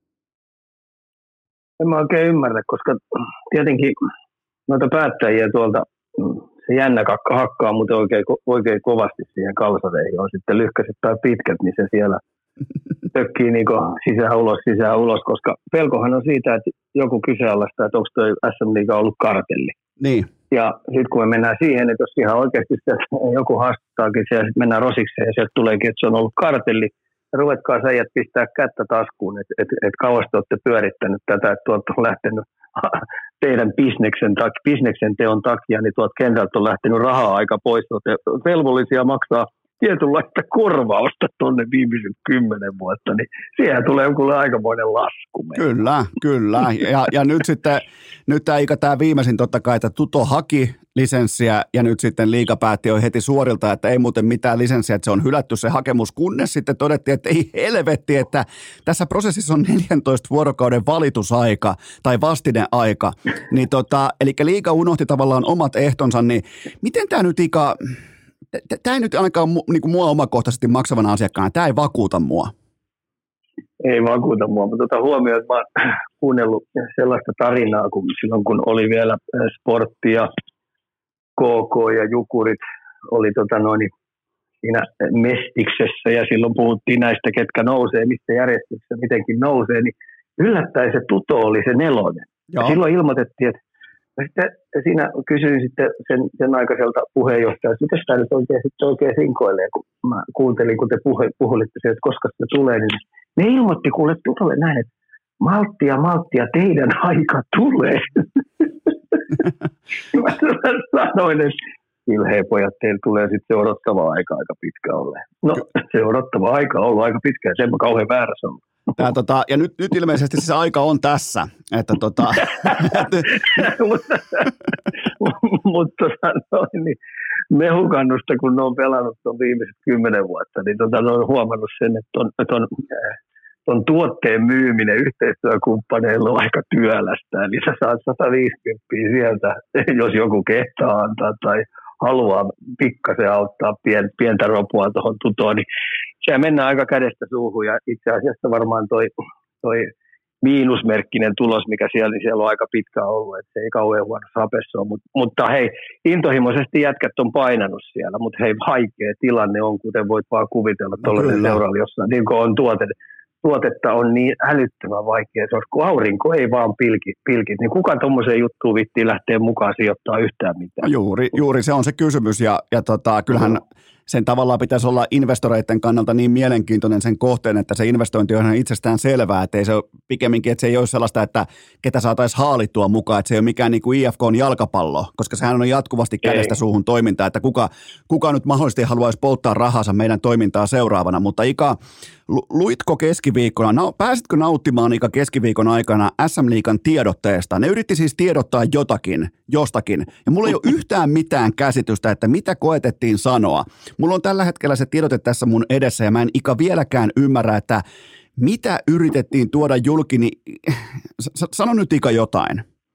En mä oikein ymmärrä, koska tietenkin noita päättäjiä tuolta, se jännä kakka hakkaa, mutta oikein, oikein kovasti siihen kalsareihin on sitten lyhkäiset tai pitkät, niin se siellä tökkii niin sisään ulos, sisään ulos, koska pelkohan on siitä, että joku kyseenalaistaa, että onko toi S M-liiga ollut kartelli. Niin. Ja sitten kun me mennään siihen, että jos ihan oikeasti joku haastaakin siellä, sitten mennään rosikseen ja sieltä tuleekin, että se on ollut kartelli, ja ruvetkaa säijät pistää kättä taskuun, että et, et kauas te olette pyörittänyt tätä, että tuolta on lähtenyt teidän bisneksen, bisneksen teon takia, niin tuolta kentältä on lähtenyt rahaa aika pois, olette velvollisia maksaa tietynlaista korvausta tuonne viimeisen kymmenen vuotta, niin siellä tulee joku aikamoinen lasku. Meille. Kyllä, kyllä. Ja, ja nyt sitten, nyt tämä Ika, tämä viimeisin totta kai, että Tuto haki lisenssiä ja nyt sitten liiga päätti jo heti suorilta, että ei muuten mitään lisenssiä, että se on hylätty se hakemus, kunnes sitten todettiin, että ei helvetti, että tässä prosessissa on neljäntoista vuorokauden valitusaika tai vastineaika. Niin tota, eli liiga unohti tavallaan omat ehtonsa, niin miten tämä nyt Ika, tämä ei nyt ainakaan niin kuin mua omakohtaisesti maksavana asiakkaana, tämä ei vakuuta mua. Ei vakuuta mua, mutta tota huomioon, että mä oon kuunnellut sellaista tarinaa, kun silloin kun oli vielä Sportti ja K K ja Jukurit oli tota noin, siinä Mestiksessä ja silloin puhuttiin näistä, ketkä nousee, mistä järjestyksessä mitenkin nousee, niin yllättäen se Tuto oli se nelonen. Ja silloin ilmoitettiin, että sitten siinä kysyin sitten sen, sen aikaiselta puheenjohtajalta, että mitä tämä nyt oikein, sitten oikein sinkoilee, kun mä kuuntelin, kun te puhe, puhulitte sieltä, että koska se tulee, niin ne ilmoitti kuule Tutolle näin, että malttia, malttia, teidän aika tulee. Mä sanoin, että kyllä hei pojat, teillä tulee sitten se odottava aika aika pitkä olleen. No se odottava aika on ollut aika pitkä ja sen mä kauhean väärässä ollut. Tää, tota, ja nyt, nyt ilmeisesti se aika on tässä, että tota... mutta mut, tota, niin, mehukannusta, kun ne on pelannut tuon viimeiset kymmenen vuotta, niin tota, ne on huomannut sen, että on, että on, on tuotteen myyminen yhteistyökumppaneilla on aika työlästä, eli sä saat sata viisikymmentä sieltä, jos joku kehtaa antaa tai haluaa pikkasen auttaa pien, pientä ropua tuohon tutoon, niin se mennään aika kädestä suuhun ja itse asiassa varmaan toi, toi miinusmerkkinen tulos, mikä siellä, niin siellä on aika pitkä ollut, että se ei kauhean huono sapessa ole, Mut, mutta hei, intohimoisesti jätkät on painanut siellä, mutta hei, vaikea tilanne on, kuten voit vaan kuvitella tuollaisen seuraalla jossain, niin kuin on tuote, tuotetta on niin älyttömän vaikea, se on, kun aurinko ei vaan pilki, pilkit, niin kuka tuommoiseen juttuun vittiin lähtee mukaan sijoittaa yhtään mitään? Juuri, juuri se on se kysymys ja, ja tota, kyllähän sen tavallaan pitäisi olla investoreiden kannalta niin mielenkiintoinen sen kohteen, että se investointi on ihan itsestään selvää, että ei se ole pikemminkin, että se ei ole sellaista, että ketä saataisiin haalittua mukaan, että se ei ole mikään niin kuin I F K:n jalkapallo, koska sehän on jatkuvasti kädestä suuhun toimintaa, että kuka, kuka nyt mahdollisesti haluaisi polttaa rahansa meidän toimintaa seuraavana, mutta Ika, luitko keskiviikkona, no, pääsitkö nauttimaan Ika keskiviikon aikana S M-liigan tiedotteesta? Ne yritti siis tiedottaa jotakin, jostakin, ja mulla ei ole yhtään mitään käsitystä, että mitä koetettiin sanoa. Mulla on tällä hetkellä se tiedote tässä mun edessä, ja mä en Ika vieläkään ymmärrä, että mitä yritettiin tuoda julki, niin sano nyt Ika jotain.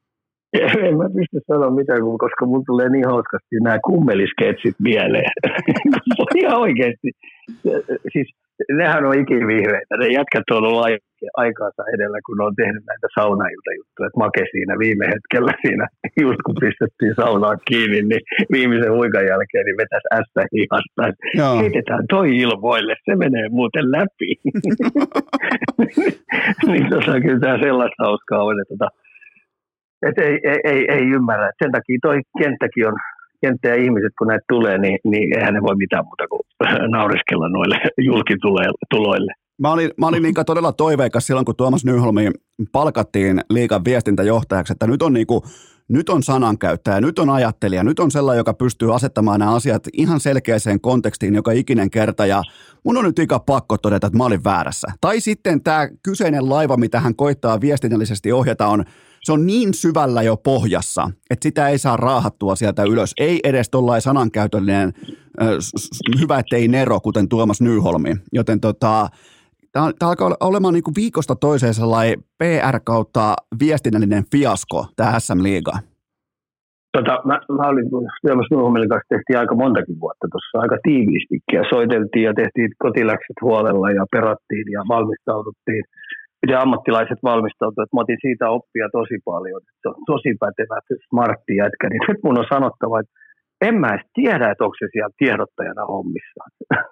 En mä pysty sanoa mitään, koska mun tulee niin hauskasti nämä kummelisketsit mieleen. Ihan oikeasti. Siis nehän on ikivihreitä. Ne jätkät on ollut aikaansa edellä, kun on tehnyt näitä saunailtajuttuja. Make siinä viime hetkellä siinä, just kun pistettiin saunaa kiinni, niin viimeisen huikan jälkeen niin vetäisi ässä hihasta. Heitetään toi ilmoille, se menee muuten läpi. Niin tota, kyllä tämä sellaista hauskaa on, että tota, et ei, ei, ei, ei ymmärrä. Sen takia toi kenttäkin on, kenttä ja ihmiset kun näitä tulee, niin, niin eihän ne voi mitään muuta kuin naureskella noille julkituloille. Mä olin, mä olin Niika todella toiveikas silloin, kun Tuomas Nyholmi palkattiin liigan viestintäjohtajaksi, että nyt on, niinku, nyt on sanankäyttäjä, nyt on ajattelija, nyt on sellainen, joka pystyy asettamaan nämä asiat ihan selkeäseen kontekstiin joka ikinen kerta, ja mun on nyt Ika pakko todeta, että mä olin väärässä. Tai sitten tämä kyseinen laiva, mitä hän koittaa viestinnällisesti ohjata, on se on niin syvällä jo pohjassa, että sitä ei saa raahattua sieltä ylös. Ei edes tollainen sanankäytöllinen äh, hyvä, ettei nero, kuten Tuomas Nyholmi. Joten tota, tämä alkaa olemaan niinku viikosta toiseen sellainen P R kautta viestinnällinen fiasko, tämä S M-liiga. Tota, mä, mä olin Tuomas Nyholmin kanssa tehtiin aika montakin vuotta tuossa, aika tiiviistikin. Soiteltiin ja tehtiin kotiläkset huolella ja perattiin ja valmistauduttiin. Miten ammattilaiset valmistautuivat, että mä otin siitä oppia tosi paljon. Se on tosi pätevä, smartti jätkä. Niin nyt mun on sanottava, että en mä edes tiedä, että onko se siellä tiedottajana hommissaan.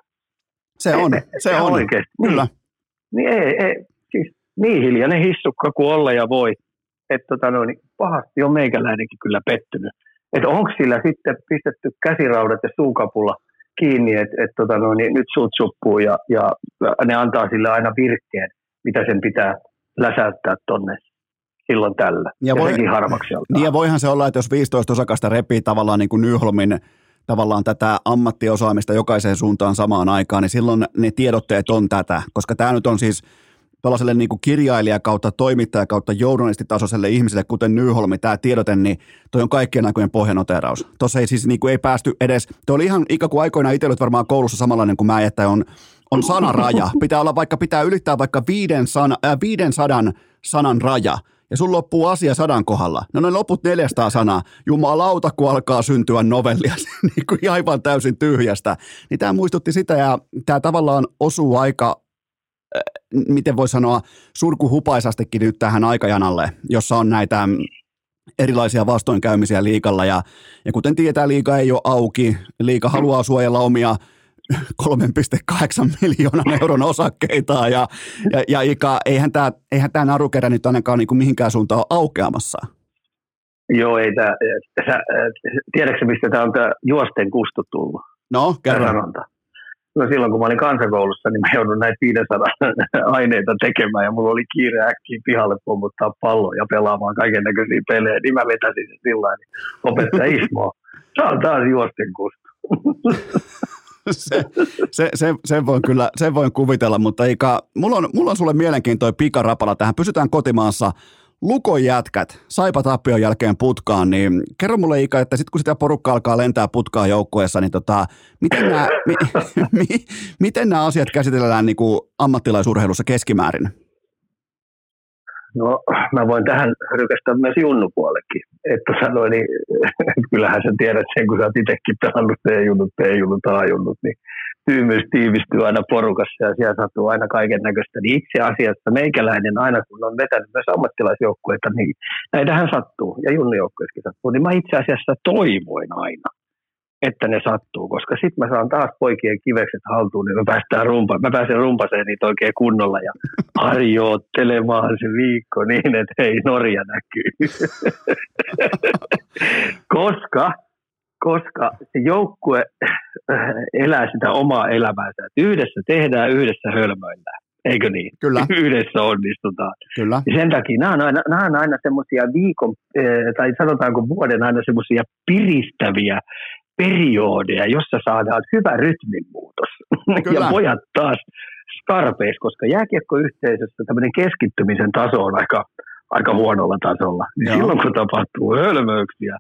Se on, se on. Oikeasti. Kyllä. Niin, niin ei, ei, siis niin hiljainen hissukka kuin olla ja voi. Että tota no, niin pahasti on meikäläinenkin kyllä pettynyt. Että onko sillä sitten pistetty käsiraudat ja suukapulla kiinni, että et tota no, niin nyt suut suppuu ja, ja ne antaa sille aina virkkeen, mitä sen pitää läsäyttää tonne silloin tällä. Ja, ja voi, sekin harvaksi alkaa. Niin ja voihan se olla, että jos viisitoista osakasta repii tavallaan niin kuin Nyholmin tavallaan tätä ammattiosaamista jokaiseen suuntaan samaan aikaan, niin silloin ne tiedotteet on tätä, koska tämä nyt on siis tuollaiselle niin kuin kirjailija kautta toimittaja kautta journalistitasoiselle ihmiselle, kuten Nyholmi, tämä tiedote, niin toi on kaikkien aikojen pohjanoteraus. Tuossa ei siis niin kuin ei päästy edes, toi oli ihan ikään kuin aikoinaan itse varmaan koulussa samanlainen kuin mä, että on on sanaraja. Pitää olla vaikka, pitää ylittää vaikka viiden sana, äh, viidensadan sanan raja. Ja sun loppuu asia sadan kohdalla. No ne loput neljäsataa sanaa. Jumalauta, kun alkaa syntyä novellia niin kuin aivan täysin tyhjästä. Niin tämä muistutti sitä ja tämä tavallaan osuu aika, äh, miten voi sanoa, surkuhupaisastikin nyt tähän aikajanalle, jossa on näitä erilaisia vastoinkäymisiä liigalla. Ja, ja kuten tietää, liiga ei ole auki. Liiga haluaa suojella omia kolme pilkku kahdeksan miljoonan euron osakkeita ja, ja, ja Ika, eihän tämä eihän tämä narukerä nyt ainakaan niin kuin mihinkään suuntaan ole aukeamassa. Joo, ei tämä, tiedätkö mistä tämä on tämä juosten kustu tullut? No, kerran. No silloin kun mä olin kansakoulussa, niin mä joudun näitä viisisataa aineita tekemään ja mulla oli kiire äkkiä pihalle pommuttaa palloa ja pelaamaan kaiken näköisiä pelejä, niin mä vetäsin sen sillä lailla, niin opettaja Ismo, tämä on taas juosten kustu. Se, se, se, sen, voin kyllä, sen voin kuvitella, mutta Ika, mulla on, mulla on sulle mielenkiintoinen pikarapala tähän. Pysytään kotimaassa. Lukon jätkät, Saipa tappion jälkeen putkaan, niin kerro mulle Ika, että sitten kun sitä porukka alkaa lentää putkaan joukkueessa, niin tota, miten, nämä, mi, mi, miten nämä asiat käsitellään niin kuin ammattilaisurheilussa keskimäärin? No, mä voin tähän rykästä myös junnupuolellekin. Että sanoin, niin kyllähän sä tiedät sen, kun sä oot itsekin pelannut C-junnut, B-junnut, A-junnut, niin tyymyys tiivistyy aina porukassa ja siellä sattuu aina kaiken näköistä. Niin itse asiassa meikäläinen aina, kun on vetänyt myös ammattilaisjoukkueita, niin näitähän sattuu ja junnujoukkueetkin sattuu. Niin mä itse asiassa toivoin aina, että ne sattuu, koska sitten mä saan taas poikien kivekset haltuun, niin mä, päästään rumpa, mä pääsen rumpaseen niitä oikein kunnolla ja harjoittelemaan se viikko niin, että hei, Norja näkyy. koska, koska se joukkue elää sitä omaa elämäänsä. Yhdessä tehdään, yhdessä hölmöillään. Eikö niin? Kyllä. Yhdessä onnistutaan. Kyllä. Ja sen takia nämä on aina, nämä on aina semmoisia viikon, tai sanotaanko vuoden aina semmoisia piristäviä periodeja, jossa saadaan hyvä rytminmuutos. Kyllä. Ja pojat taas skarpeis, koska jääkiekkoyhteisössä tämmöinen keskittymisen taso on aika, aika huonolla tasolla. Niin silloin kun tapahtuu hölmöyksiä,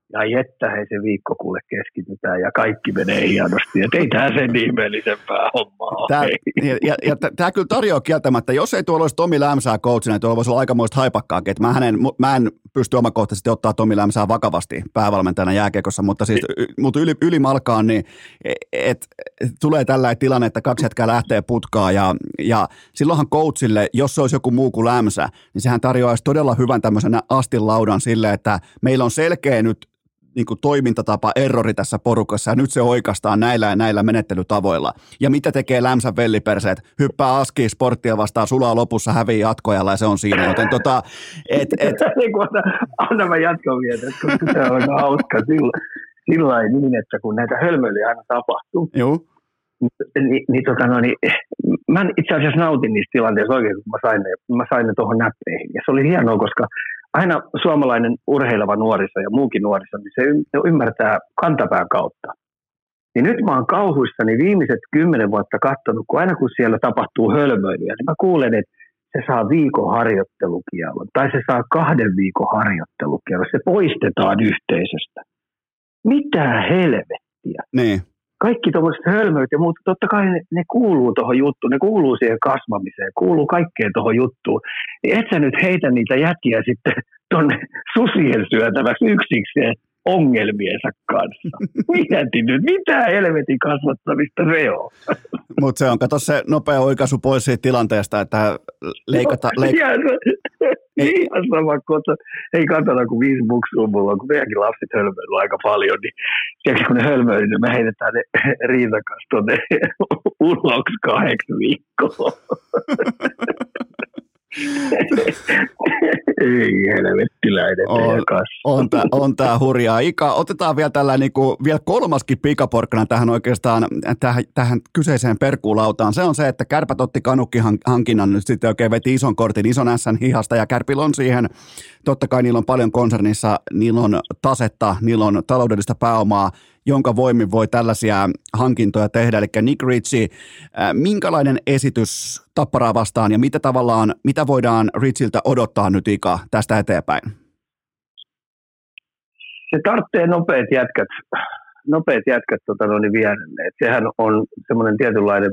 Ja että hei se viikko kuule keskitytään ja kaikki menee hienosti. Että ei tämä sen ihmeellisempää hommaa Tää, ja ja, ja tämä kyllä tarjoaa kieltämättä, jos ei tuolla olisi Tomi Lämsää coachina, niin tuolla voisi olla aikamoista haipakkaakin. Että mä, hänen, mä en pysty omakohtaisesti ottaa Tomi Lämsää vakavasti päävalmentajana jääkiekossa, mutta, siis, mutta yli, ylimalkaan niin et, et, tulee tällainen tilanne, että kaksi hetkeä lähtee putkaan ja, ja silloinhan coachille, jos se olisi joku muu kuin Lämsä, niin sehän tarjoaisi todella hyvän tämmöisen astinlaudan sille, että meillä on selkeä nyt niin kuin toimintatapa, errori tässä porukassa, ja nyt se oikastaan näillä ja näillä menettelytavoilla. Ja mitä tekee Lämsän velliperseet? Hyppää askiin sporttia vastaan, sulaa lopussa, hävii jatkojalla, ja se on siinä. Joten tota, et, et... Anna mä jatkan vielä, koska se on hauska sillä niin, että kun näitä hölmöilyjä aina tapahtuu, Joo. Niin, niin, tota, no, niin mä itse asiassa nautin niistä tilanteista oikein, kun mä sain ne, mä sain ne tuohon näppeihin. Ja se oli hienoa, koska aina suomalainen urheileva nuoriso ja muukin nuoriso, niin se ymmärtää kantapään kautta. Niin nyt mä oon kauhuissani viimeiset kymmenen vuotta katsonut, kun aina kun siellä tapahtuu hölmöilyjä, niin mä kuulen, että se saa viikon harjoittelukielon tai se saa kahden viikon harjoittelukielon. Se poistetaan yhteisöstä. Mitä helvettiä? Niin. Kaikki tuommoiset hölmöit ja muut, totta kai ne, ne kuuluu tuohon juttuun, ne kuuluu siihen kasvamiseen, kuuluu kaikkeen tuohon juttuun. Niin et sä nyt heitä niitä jätkiä sitten tuonne susien syötäväksi yksikseen ongelmiensa kanssa. Mieti nyt, mitä helvetin kasvattamista se on? Mutta se on, kato se nopea oikaisu pois siitä tilanteesta, että leikata... No, leik- ihan, ihan sama kota. Ei katsota, kun viisi buksua mulla on, kun meidänkin lapset hölmöilyy aika paljon, niin sieltä kun ne hölmöilyy, niin me heitetään ne Riitan kanssa tuonne uloksi kahdeksi viikkoa. Ei helvettiläinen on, on, tää, on tää hurjaa. Ika, otetaan vielä tällä niinku, vielä kolmaskin pikaporkkana tähän oikeastaan tähän, tähän kyseiseen perkuulautaan. Se on se, että Kärpät otti Kanukki-hankinnan nyt sitten oikein veti ison kortin, ison ässän hihasta ja Kärpillä on siihen, totta kai niillä on paljon konsernissa, niillä on tasetta, niillä on taloudellista pääomaa, jonka voimin voi tällaisia hankintoja tehdä. Eli Nick Ritchie, minkälainen esitys Tapparaa vastaan ja mitä tavallaan, mitä voidaan Ritchiltä odottaa nyt Ika tästä eteenpäin? Se tarvitsee nopeat jätkät, nopeat jätkät tota, no, niin vierelle. Et sehän on semmoinen tietynlainen,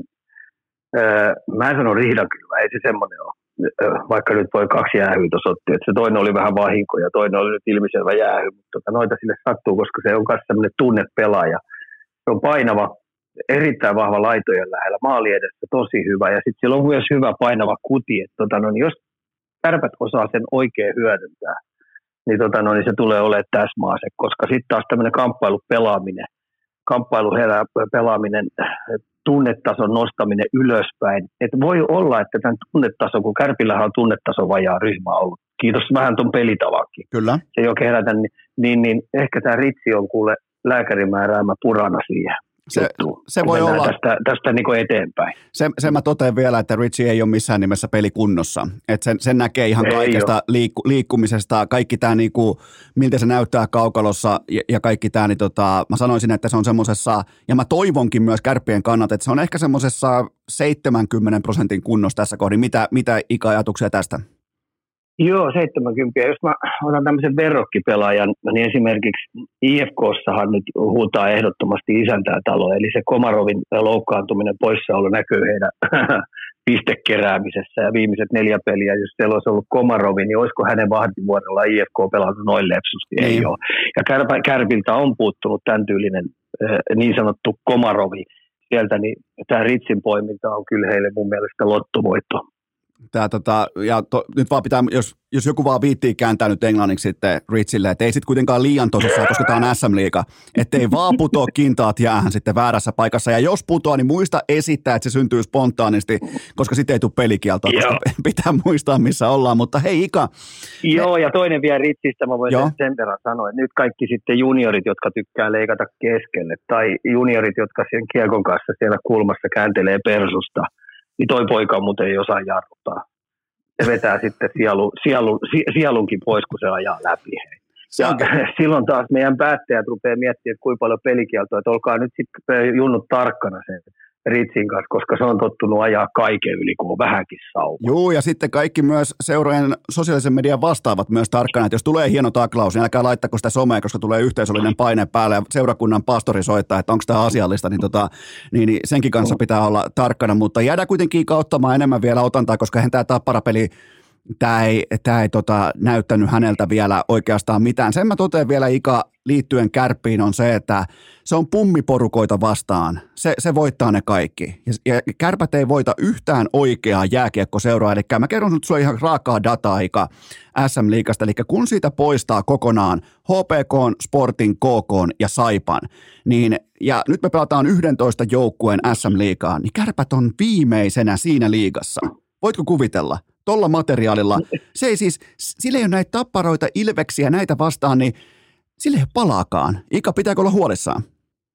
ää, mä en sano riidankylmä, ei se semmoinen ole. Vaikka nyt voi kaksi jäähyä tuossa otti, että se toinen oli vähän vahinko ja toinen oli nyt ilmiselvä jäähy, mutta tota, noita sille sattuu, koska se on myös semmoinen tunnepelaaja. Se on painava, erittäin vahva laitojen lähellä, maali edessä tosi hyvä ja sitten sillä on myös hyvä painava kuti, että tota, no, niin jos Kärpät osaa sen oikein hyödyntää, niin, tota, no, niin se tulee olemaan täsmäase, koska sitten taas tämmöinen kamppailupelaaminen, kamppailupelaaminen, tunnetason nostaminen ylöspäin. Että voi olla, että tämän tunnetason, kun Kärpillähän on tunnetaso vajaa ryhmä ollut. Kiitos vähän tuon pelitavankin. Kyllä. Se ei oikein herätä, niin, niin, niin ehkä tämä Ritsi on kuule lääkärin määräämä purana siihen. Se, se voi olla tästä, tästä niin kuin eteenpäin. Se, sen mä totean vielä, että Ritchie ei ole missään nimessä pelikunnossa. Että sen, sen näkee ihan ei kaikesta liikku, liikkumisesta, kaikki tämä, niinku, miltä se näyttää kaukalossa ja, ja kaikki tämä, niin tota, mä sanoisin, että se on semmoisessa, ja mä toivonkin myös Kärppien kannalta, että se on ehkä semmoisessa seitsemänkymmentä prosentin kunnossa tässä kohdin. Mitä, mitä Ika-ajatuksia tästä? Joo, seitsemänkymmentä. Jos mä otan tämmöisen verrokkipelaajan, niin esimerkiksi I F K:ssahan nyt huutaa ehdottomasti isäntää talo, eli se Komarovin loukkaantuminen poissaolo näkyy heidän pistekeräämisessä ja viimeiset neljä peliä, jos siellä olisi ollut Komarovi, niin olisiko hänen vahtivuorella I F K pelannut noin lepsusti? Ei mm. ole. Ja Kärpä, Kärpiltä on puuttunut tämän tyylinen niin sanottu Komarovi sieltä, niin tämä Ritsin poiminta on kyllä heille mun mielestä lottovoitto. Tää, tota, ja to, nyt vaan pitää, jos, jos joku vaan viittii kääntää nyt englanniksi sitten Ritsille, että ei sitten kuitenkaan liian tosissaan, koska tämä on S M-liiga, ettei vaan putoa kintaat jäähän sitten väärässä paikassa, ja jos putoaa, niin muista esittää, että se syntyy spontaanisti, koska sitten ei tule pelikieltoa, koska pitää muistaa, missä ollaan, mutta hei Ika. Joo, ja toinen vielä Ritsistä, mä voin sen verran sanoa, että nyt kaikki sitten juniorit, jotka tykkää leikata keskelle, tai juniorit, jotka sen kiekon kanssa siellä kulmassa kääntelee persusta, niin toi poika muuten ei osaa jarruttaa. Se vetää sitten sielu, sielu, sielunkin pois, kun se ajaa läpi. Ja silloin taas meidän päättäjät rupeaa miettimään, että kuinka paljon pelikieltoa, että olkaa nyt sitten junnut tarkkana sen. Ritsin kanssa, koska se on tottunut ajaa kaiken yli, kun on vähänkin sauva. Joo, ja sitten kaikki myös seurojen sosiaalisen median vastaavat myös tarkkana, että jos tulee hieno taklaus, niin älkää laittako sitä somea, koska tulee yhteisöllinen paine päälle ja seurakunnan pastori soittaa, että onko tämä asiallista, niin, tota, niin, niin senkin kanssa pitää olla tarkkana, mutta jäädä kuitenkin kauttamaan enemmän vielä otantaa, koska eihän tämä tapparapeli, tämä ei, tämä ei tota, näyttänyt häneltä vielä oikeastaan mitään. Sen mä totean vielä Ika liittyen Kärppiin on se, että se on pummiporukoita vastaan. Se, se voittaa ne kaikki. Ja, ja Kärpät ei voita yhtään oikeaa jääkiekkoseuraa. Eli mä kerron nyt sulle ihan raakaa dataa Ika S M-liigasta. Eli kun siitä poistaa kokonaan H P K:n, Sportin, K K:n ja Saipan, niin, ja nyt me pelataan yhdentoista joukkueen S M-liigaan, niin Kärpät on viimeisenä siinä liigassa. Voitko kuvitella? Tolla materiaalilla. Se ei siis, sillä ei ole näitä tapparoita, ilveksiä, näitä vastaan, niin sillä ei ole palaakaan. Ika, pitääkö olla huolissaan?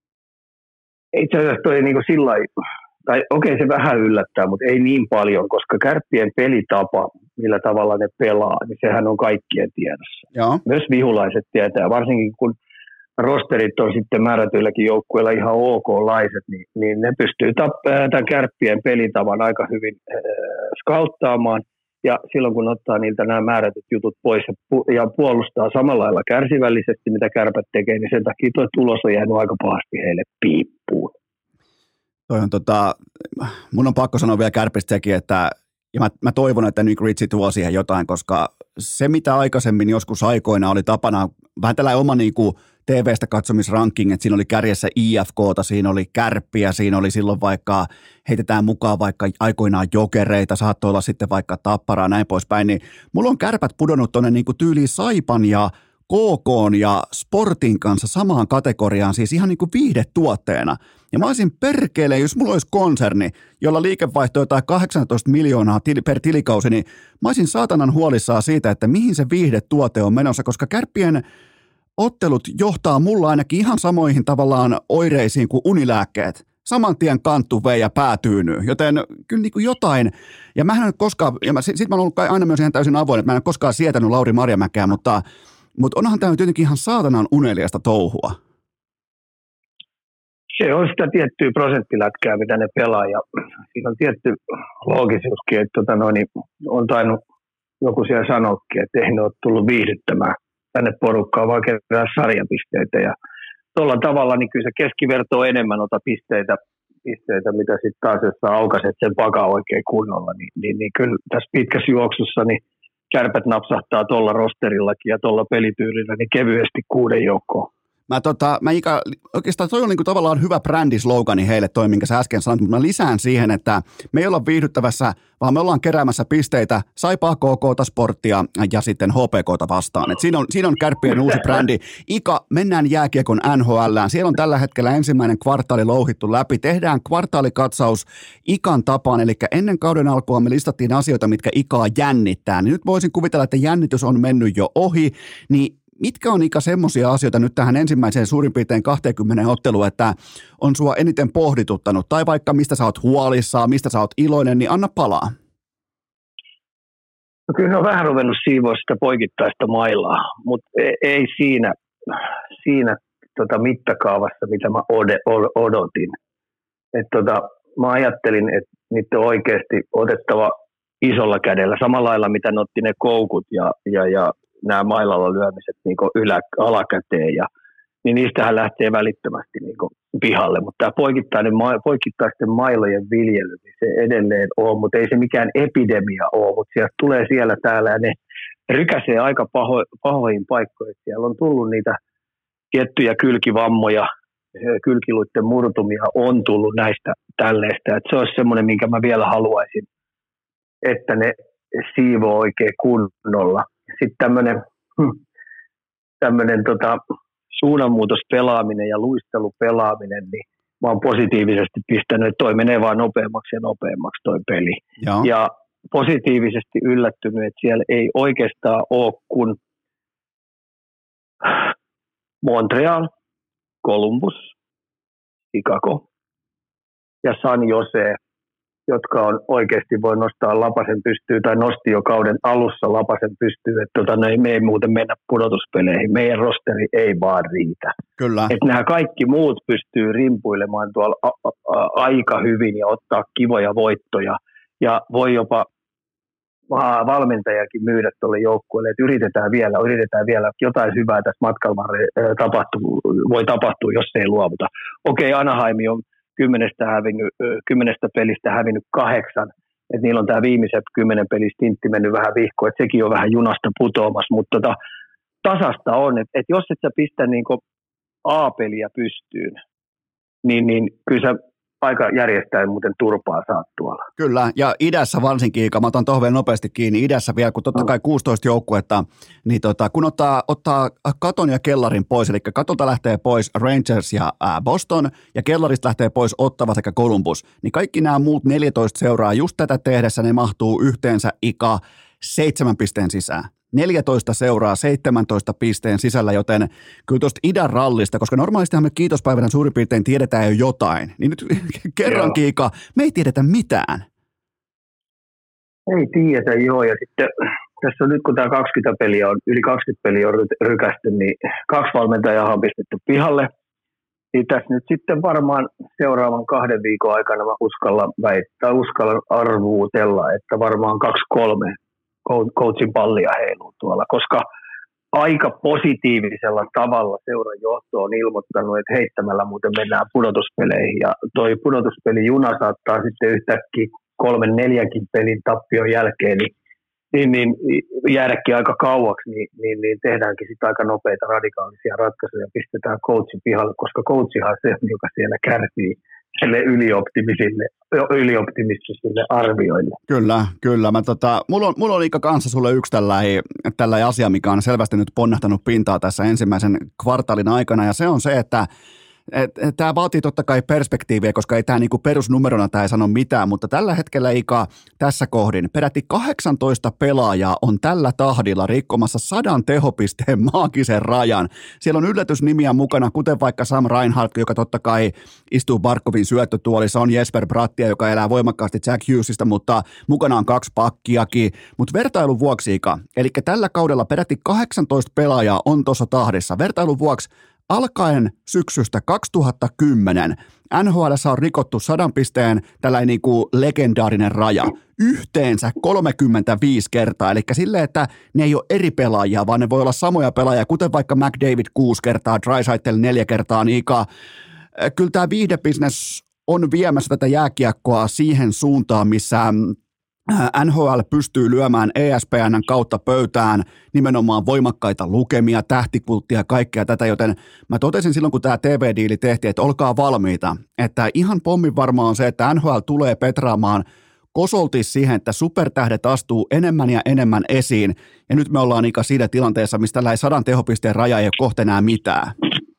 Itse asiassa toi niin kuin sillä tai okei okay, se vähän yllättää, mutta ei niin paljon, koska Kärppien pelitapa, millä tavalla ne pelaa, niin sehän on kaikkien tiedossa. Joo. Myös vihulaiset tietää, varsinkin kun rosterit on sitten määrätyilläkin joukkueilla ihan ok-laiset, niin, niin ne pystyy tapp- tämän Kärppien pelitavan aika hyvin äh, skauttaamaan. Ja silloin kun ottaa niiltä nämä määrätyt jutut pois ja, pu- ja puolustaa samalla lailla kärsivällisesti, mitä Kärpät tekee, niin sen takia tuo tulos on jäänyt aika pahasti heille piippuun. Toi on tota, mun on pakko sanoa vielä Kärpistä sekin, että ja mä, mä toivon, että Nick Ritchie tuo siihen jotain, koska se mitä aikaisemmin joskus aikoina oli tapana, vähän tällainen oma niinku T V:stä katsomisranking, että siinä oli kärjessä I F K:ta, siinä oli Kärppiä, siinä oli silloin vaikka, heitetään mukaan vaikka aikoinaan Jokereita, saattoi olla sitten vaikka Tapparaa, näin poispäin, niin mulla on Kärpät pudonnut tuonne niinku tyyliin Saipan ja K K:n ja Sportin kanssa samaan kategoriaan, siis ihan niin kuin viihdetuotteena. Ja mä olisin perkele, jos mulla olisi konserni, jolla liikevaihto jotain kahdeksantoista miljoonaa til- per tilikausi, niin mä olisin saatanan huolissaan siitä, että mihin se viihdetuote on menossa, koska Kärppien ottelut johtaa mulla ainakin ihan samoihin tavallaan oireisiin kuin unilääkkeet. Saman tien kanttu vei ja päätyynyy, joten kyllä niin kuin jotain, ja mä en ole koskaan, ja mä, sit mä oon ollut aina myös ihan täysin avoin, että mä en ole koskaan sietänyt Lauri Marjamäkeä, mutta Mutta onhan tämä jotenkin ihan saatanan uneliasta touhua. Se on sitä tiettyä prosenttilätkää, mitä ne pelaa. Ja siinä on tietty loogisuuskin, että tota noin, on tainnut joku siellä sanoakin, että ei ne ole tullut viihdyttämään tänne porukkaan, vaan kerää sarjapisteitä. Ja tuolla tavalla niin kyllä se keskiverto on enemmän ota pisteitä, pisteitä mitä sitten taas, jos sä aukaset sen pakan oikein kunnolla. Niin, niin, niin kyllä tässä pitkässä juoksussa niin Kärpät napsahtaa tuolla rosterillakin ja tuolla pelityylillä niin kevyesti kuuden joukkoon. Mä, tota, mä Ika, oikeastaan toi on niinku tavallaan hyvä brändislogani heille toi, minkä sä äsken sanoit, mutta mä lisään siihen, että me ei olla viihdyttävässä, vaan me ollaan keräämässä pisteitä Saipaa, K K:ta, Sporttia ja sitten H P K:ta vastaan. Et siinä, on, siinä on Kärppien uusi brändi. Ika, mennään jääkiekon N H L:ään. Siellä on tällä hetkellä ensimmäinen kvartaali louhittu läpi. Tehdään kvartaalikatsaus Ikan tapaan, eli ennen kauden alkua me listattiin asioita, mitkä Ikaa jännittää. Niin nyt voisin kuvitella, että jännitys on mennyt jo ohi, niin mitkä on Ika semmoisia asioita nyt tähän ensimmäiseen suurin piirtein kaksikymmentä otteluun, että on sua eniten pohdituttanut, tai vaikka mistä sä oot huolissaan, mistä sä oot iloinen, niin anna palaa. No kyllä ne on vähän ruvennut siivoa sitä poikittaista mailaa, mutta ei, ei siinä, siinä tota mittakaavassa, mitä mä ode, odotin. Et tota, mä ajattelin, että niitä on oikeasti otettava isolla kädellä, samalla lailla mitä ne otti ne koukut ja, ja, ja nämä mailalla lyömiset niin ylä, alakäteen, ja, niin niistähän lähtee välittömästi niin pihalle. Mutta tämä poikittainen, poikittaisten mailojen viljely, niin se edelleen on, mutta ei se mikään epidemia ole, mutta sieltä tulee siellä täällä, ja ne rykäsee aika paho, pahoihin paikkoihin. Siellä on tullut niitä tiettyjä kylkivammoja, kylkiluitten murtumia on tullut näistä tälleistä. Että se olisi semmoinen, minkä mä vielä haluaisin, että ne siivoo oikein kunnolla. Sitten tämmöinen, tämmöinen tota, suunnanmuutospelaaminen ja luistelupelaaminen, niin mä oon positiivisesti pistänyt, että toi menee vaan nopeammaksi ja nopeammaksi toi peli. Joo. Ja positiivisesti yllättynyt, että siellä ei oikeastaan ole kuin Montreal, Columbus, Chicago ja San Jose, jotka on oikeasti voi nostaa lapasen pystyyn tai nosti jo kauden alussa lapasen pystyyn, että tota, no ei, me ei muuten mennä pudotuspeleihin. Meidän rosteri ei vaan riitä. Kyllä. Että nämä kaikki muut pystyy rimpuilemaan tuolla a- a- a- aika hyvin ja ottaa kivoja voittoja ja voi jopa valmentajakin myydä tuolle joukkueelle, että yritetään vielä, yritetään vielä jotain hyvää tässä matkalla tapahtuu, voi tapahtua, jos ei luovuta. Okei, Anaheim on kymmenestä, hävinnyt, kymmenestä pelistä hävinnyt kahdeksan, että niillä on tämä viimeiset kymmenen pelistintti mennyt vähän vihkoon, että sekin on vähän junasta putoamassa, mutta tota, tasasta on, että, että jos et sä pistä niinku A-peliä pystyyn, niin, niin kyllä sä aika järjestäen muuten turpaa saat tuolla. Kyllä, ja idässä varsinkin, mä otan tuohon vielä nopeasti kiinni, idässä vielä, kun totta kai kuusitoista joukkuetta, niin tota, kun ottaa, ottaa katon ja kellarin pois, eli katolta lähtee pois Rangers ja ää, Boston, ja kellarista lähtee pois Ottawa sekä Columbus, niin kaikki nämä muut neljätoista seuraa just tätä tehdessä, ne mahtuu yhteensä ika seitsemän pisteen sisään. neljätoista seuraa seitsemäntoista pisteen sisällä, joten kyllä tuosta idän rallista, koska normaalistihan me kiitospäivänä suurin piirtein tiedetään jo jotain, niin nyt kerrankin Ika, me ei tiedetä mitään. Ei tiedetä, joo, ja sitten tässä on nyt kun tämä kaksikymmentä peliä on, yli kaksikymmentä peliä on rykästy, niin kaksi valmentajaa on pistetty pihalle, niin tässä nyt sitten varmaan seuraavan kahden viikon aikana mä uskallan väittää, uskallan arvuutella, että varmaan kaksi kolme coachin pallia heiluu tuolla, koska aika positiivisella tavalla seuran johto on ilmoittanut, että heittämällä muuten mennään pudotuspeleihin, ja toi pudotuspelijuna saattaa sitten yhtäkkiä kolmen neljänkin pelin tappion jälkeen niin, niin, niin jäädäkin aika kauaksi, niin, niin, niin tehdäänkin sitten aika nopeita radikaalisia ratkaisuja ja pistetään coachin pihalle, koska coachihan on se, joka siellä kärsii sille ylioptimisille, ylioptimistisille arvioille. Kyllä, kyllä. Mä tota, mulla on, mulla on Ika kanssa sulle yksi tällainen, tällainen asia, mikä on selvästi nyt ponnahtanut pintaa tässä ensimmäisen kvartaalin aikana, ja se on se, että tämä vaatii totta kai perspektiiviä, koska ei tämä niinku perusnumerona tämä ei sano mitään, mutta tällä hetkellä Ika tässä kohdin peräti kahdeksantoista pelaajaa on tällä tahdilla rikkomassa sadan tehopisteen maagisen rajan. Siellä on yllätysnimiä mukana, kuten vaikka Sam Reinhart, joka totta kai istuu Barkovin syöttötuolissa, on Jesper Brattia, joka elää voimakkaasti Jack Hughesista, mutta mukana on kaksi pakkiakin. Mutta vertailun vuoksi Ika, eli tällä kaudella peräti kahdeksantoista pelaajaa on tuossa tahdissa. Vertailun vuoksi alkaen syksystä kaksituhattakymmenen N H L:ssä on rikottu sadan pisteen tällainen niin kuin legendaarinen raja yhteensä kolmekymmentäviisi kertaa, eli silleen, että ne ei ole eri pelaajia, vaan ne voi olla samoja pelaajia, kuten vaikka McDavid kuusi kertaa, Draisaitl neljä kertaa, niin Ika, kyllä tämä viihdebisnes on viemässä tätä jääkiekkoa siihen suuntaan, missä N H L pystyy lyömään E S P N:n kautta pöytään nimenomaan voimakkaita lukemia, tähtikulttia ja kaikkea tätä, joten mä totesin silloin, kun tämä T V-diili tehtiin, että olkaa valmiita, että ihan pommin varmaan on se, että N H L tulee petraamaan kosolti siihen, että supertähdet astuu enemmän ja enemmän esiin, ja nyt me ollaan Ika siinä tilanteessa, mistä tällä sadan tehopisteen raja ei ole kohta enää mitään.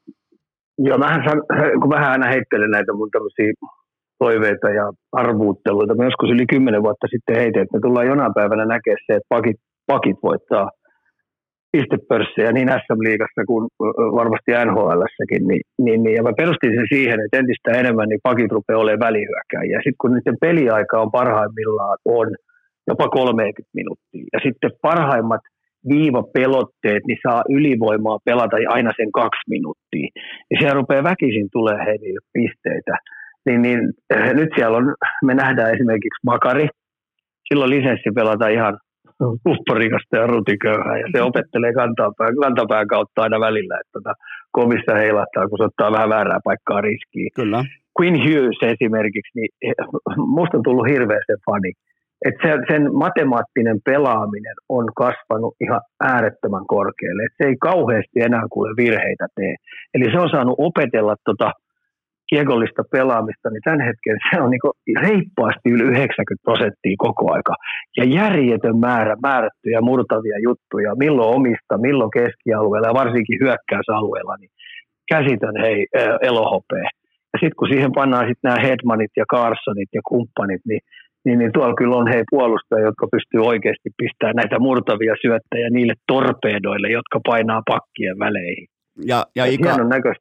Joo, mähän san, kun vähän aina heittelen näitä mun tämmöisiä toiveita ja arvuutteluita. Me joskus yli kymmenen vuotta sitten heitin, että me tullaan jonain päivänä näkemään se, että pakit, pakit voittaa pistepörssejä niin S M-liigassa kuin varmasti N H L:ssäkin. Niin, niin, niin, ja mä perustin sen siihen, että entistä enemmän niin pakit rupeaa olemaan välihyökkäjiä. Ja sitten kun niiden peliaika on parhaimmillaan on jopa kolmekymmentä minuuttia. Ja sitten parhaimmat viivapelotteet, niin saa ylivoimaa pelata aina sen kaksi minuuttia. Ja siellä rupeaa väkisin tulee heille pisteitä. Niin, niin äh, nyt siellä on, me nähdään esimerkiksi Makari, silloin lisenssi pelata ihan upporikasta ja rutiköyhää, ja se opettelee kantapään, kantapään kautta aina välillä, että tota, kovissa heilahtaa, kun se ottaa vähän väärää paikkaa riskiin. Kyllä. Quinn Hughes esimerkiksi, niin musta on tullut hirveä se fani, että se, sen matemaattinen pelaaminen on kasvanut ihan äärettömän korkealle, että se ei kauheasti enää kuule virheitä tee. Eli se on saanut opetella tota kiekollista pelaamista, niin tämän hetken se on niinku reippaasti yli yhdeksänkymmentä prosenttia koko aika. Ja järjetön määrä määrättyjä murtavia juttuja, milloin omista, milloin keskialueella ja varsinkin hyökkäysalueella, niin käsitön hei elohopea. Ja sitten kun siihen pannaan sitten nämä Hedmanit ja Carsonit ja kumppanit, niin, niin, niin tuolla kyllä on hei puolustajia, jotka pystyy oikeasti pistämään näitä murtavia syöttäjiä niille torpedoille, jotka painaa pakkien väleihin. Ja, ja Ika... Hienon näköistä.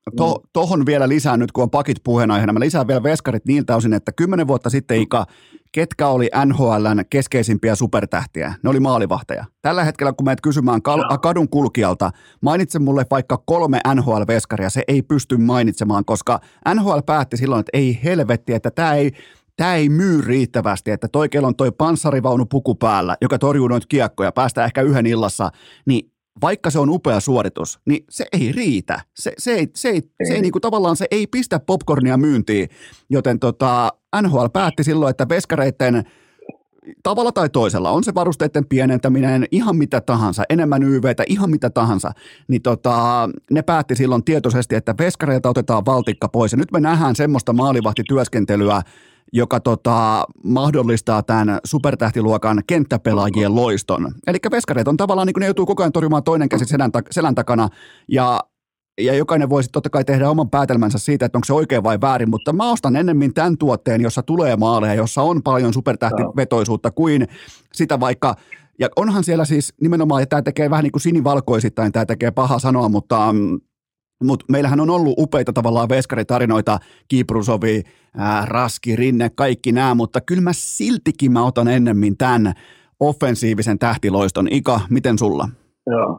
to, tohon vielä lisään nyt, kun on pakit puheenaiheena. Mä lisään vielä veskarit niiltä osin, että kymmenen vuotta sitten, Ika, ketkä oli N H L:n keskeisimpiä supertähtiä? Ne oli maalivahteja. Tällä hetkellä, kun menet kysymään kal- kadun kulkijalta, mainitse mulle vaikka kolme N H L-veskaria, se ei pysty mainitsemaan, koska N H L päätti silloin, että ei helvetti, että tämä ei, tää ei myy riittävästi, että toi kello on toi panssarivaunu puku päällä, joka torjuu noita kiekkoja, päästään ehkä yhden illassa, niin vaikka se on upea suoritus, niin se ei riitä. Se, se ei, se ei, se ei niin kuin tavallaan se ei pistä popcornia myyntiin, joten tota, N H L päätti silloin, että veskareiden tavalla tai toisella, on se varusteiden pienentäminen, ihan mitä tahansa, enemmän Y V:tä, ihan mitä tahansa, niin tota, ne päätti silloin tietoisesti, että veskareilta otetaan valtikka pois. Ja nyt me nähdään semmoista maalivahtityöskentelyä, joka tota, mahdollistaa tämän supertähtiluokan kenttäpelaajien loiston. Eli veskareet on tavallaan, niin kuin ne joutuu koko ajan torjumaan toinen käsi selän, ta- selän takana, ja, ja jokainen voisi totta kai tehdä oman päätelmänsä siitä, että onko se oikein vai väärin, mutta mä ostan ennemmin tämän tuotteen, jossa tulee maaleja, jossa on paljon supertähtivetoisuutta kuin sitä vaikka, ja onhan siellä siis nimenomaan, ja tämä tekee vähän niin kuin sinivalkoisittain, tämä tekee paha sanoa, mutta Mutta meillähän on ollut upeita tavallaan veskaritarinoita, Kiprusovi, ää, Raski, Rinne, kaikki nämä, mutta kyllä mä siltikin mä otan ennemmin tämän offensiivisen tähtiloiston. Ika, miten sulla? Joo,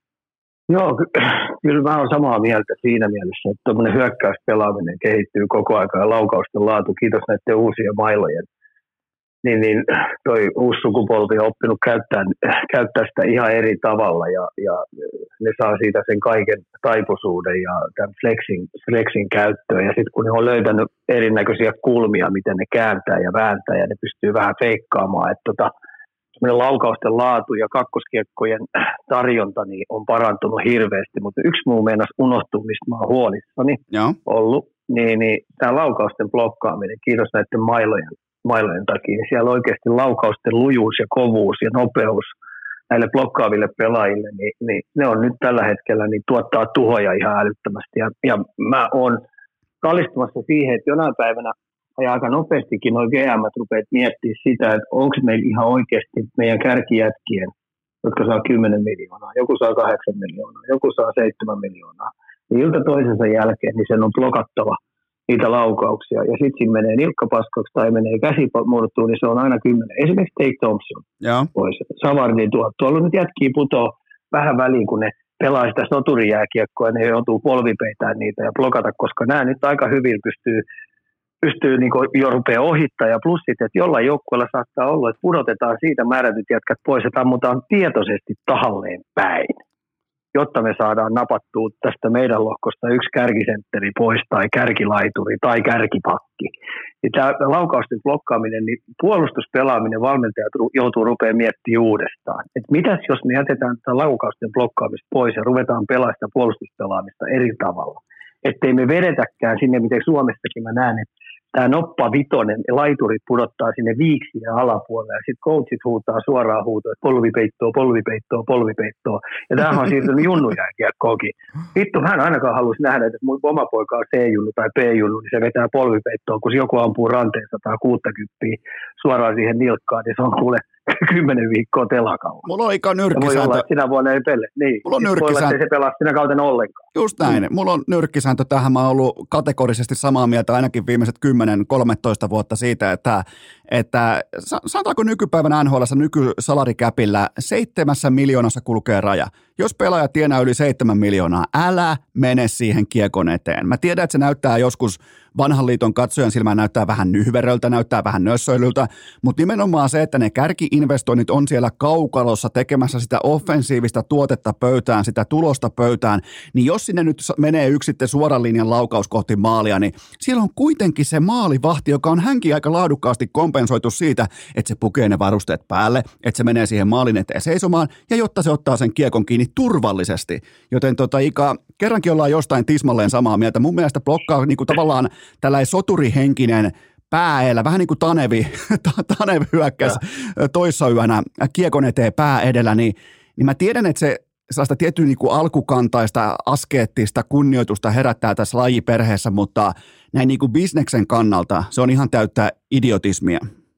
Joo ky- kyllä mä oon samaa mieltä siinä mielessä, että tuommoinen hyökkäyspelaaminen kehittyy koko ajan ja laukausten laatu, kiitos näiden uusien mailojen. Niin, niin toi uusi sukupolvi on oppinut käyttää, käyttää sitä ihan eri tavalla ja, ja ne saa siitä sen kaiken taipuisuuden ja tämän flexin, flexin käyttöön. Ja sitten kun ne on löytänyt erinäköisiä kulmia, miten ne kääntää ja vääntää ja ne pystyy vähän feikkaamaan, että tota, laukausten laatu ja kakkoskiekkojen tarjonta niin on parantunut hirveästi, mutta yksi muu meinas unohtuu, mistä mä oon huolissani Joo. ollut, niin, niin tämä laukausten blokkaaminen, kiitos näiden mailojen. mailojen takia, niin siellä oikeasti laukausten lujuus ja kovuus ja nopeus näille blokkaaville pelaajille, niin, niin ne on nyt tällä hetkellä, niin tuottaa tuhoja ihan älyttömästi. Ja, ja mä oon kallistumassa siihen, että jonain päivänä ja aika nopeastikin nuo G M:t rupeat miettimään sitä, että onko meillä ihan oikeasti meidän kärkijätkien, jotka saa kymmenen miljoonaa, joku saa kahdeksan miljoonaa, joku saa seitsemän miljoonaa. Ja ilta toisensa jälkeen niin sen on blokattava niitä laukauksia, ja sitten siinä menee nilkkapaskaksi tai menee käsi murtuu, niin se on aina kymmenen. Esimerkiksi Take Thompson pois. Savardin tuo. Tuolla nyt jätkii putoo vähän väliin, kun ne pelaa sitä soturijääkiekkoa, ja ne joutuu polvipeitään niitä ja blokata, koska nämä nyt aika hyvin pystyy, pystyy niin jo rupeaa ohittaa, ja plus sitten, että jollain joukkueella saattaa olla, että pudotetaan siitä määrätyt jätkät pois, että ammutaan tietoisesti tahalleen päin, jotta me saadaan napattua tästä meidän lohkosta yksi kärkisentteri pois tai kärkilaituri tai kärkipakki. Ja tämä laukausten blokkaaminen, niin puolustuspelaaminen valmentajat joutuu rupeaa miettimään uudestaan. Et mitäs jos me jätetään tätä laukausten blokkaamista pois ja ruvetaan pelaamaan sitä puolustuspelaamista eri tavalla. Ettei me vedetäkään sinne, miten Suomessakin mä näen, että tämä noppa vitonen, laiturit pudottaa sinne viiksiä alapuolelle ja sitten coachit huutaa suoraan huutoa, että polvipeittoa, polvipeittoa, polvipeittoa. Ja tämähän on siirtynyt junnujääkiekkoonkin. Vittu, hän ainakaan halusi nähdä, että mun oma poika on C-junnu tai B-junnu, niin se vetää polvipeittoa, kun joku ampuu ranteen sata kuusikymmentä suoraan siihen nilkkaan, niin se on kuule kymmenen viikkoa telakalla. Mulla on ikään nyrkkisääntö. Voi olla, että sinä vuonna ei pele. Niin. Mulla on nyrkkisääntö. Voi olla, että se pelaa sinä kautena ollenkaan. Just näin. Mm. Mulla on nyrkkisääntö tähän. Mä oon ollut kategorisesti samaa mieltä ainakin viimeiset kymmenen kolmetoista vuotta siitä, että, että sanotaanko nykypäivänä N H L:ssä nykysalarikäpillä seitsemässä miljoonassa kulkee raja. Jos pelaaja tienaa yli seitsemän miljoonaa, älä mene siihen kiekon eteen. Mä tiedän, että se näyttää joskus vanhan liiton katsojan silmään näyttää vähän nyhveröltä, näyttää vähän nössöilyltä, mutta nimenomaan se, että ne kärkiinvestoinnit on siellä kaukalossa tekemässä sitä offensiivista tuotetta pöytään, sitä tulosta pöytään, niin jos sinne nyt menee yksi sitten suoran linjan laukaus kohti maalia, niin siellä on kuitenkin se maalivahti, joka on hänkin aika laadukkaasti kompensoitu siitä, että se pukee ne varusteet päälle, että se menee siihen maalin eteen seisomaan, ja jotta se ottaa sen kiekon kiinni turvallisesti. Joten tota, Ika, kerrankin ollaan jostain tismalleen samaa mieltä. Mun mielestä blokkaa niin kuin tavallaan tällainen soturihenkinen pääellä, vähän niin kuin Tanevi, Tanevi hyökkäsi toissa yönä kiekon eteen pää edellä, niin, niin mä tiedän, että se sellaista tiettyä niin kuin alkukantaista, askeettista kunnioitusta herättää tässä lajiperheessä, mutta näin niin kuin bisneksen kannalta se on ihan täyttä idiotismia.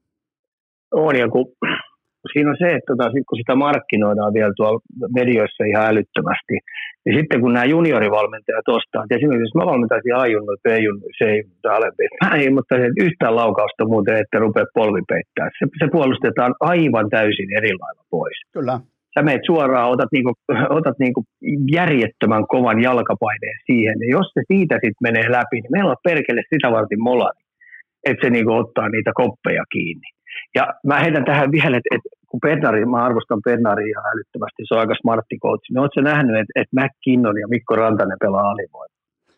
On, ja kun siinä on se, että tota, kun sitä markkinoidaan vielä tuolla medioissa ihan älyttömästi, Ja sitten kun nämä juniorivalmentajat ostaa, että esimerkiksi jos mä valmentaisin A-junnoja, B-junnoja, C-junnoja, alempi, mä en ilmoittaisi, että yhtään laukausta muuten, että rupea polvi peittää. Se, se puolustetaan aivan täysin eri lailla pois. Kyllä. Sä meet suoraan, otat, niinku, otat niinku järjettömän kovan jalkapaineen siihen, ja jos se siitä sitten menee läpi, niin meillä on perkele sitä varten molani, että se niinku ottaa niitä koppeja kiinni. Ja mä heitän tähän vielä, että, että kun Bednari, mä arvostan Bednaria ihan älyttömästi, se on aika smartti coach, niin ootko sä nähnyt, että, että McKinnon ja Mikko Rantanen pelaa alivoimaa?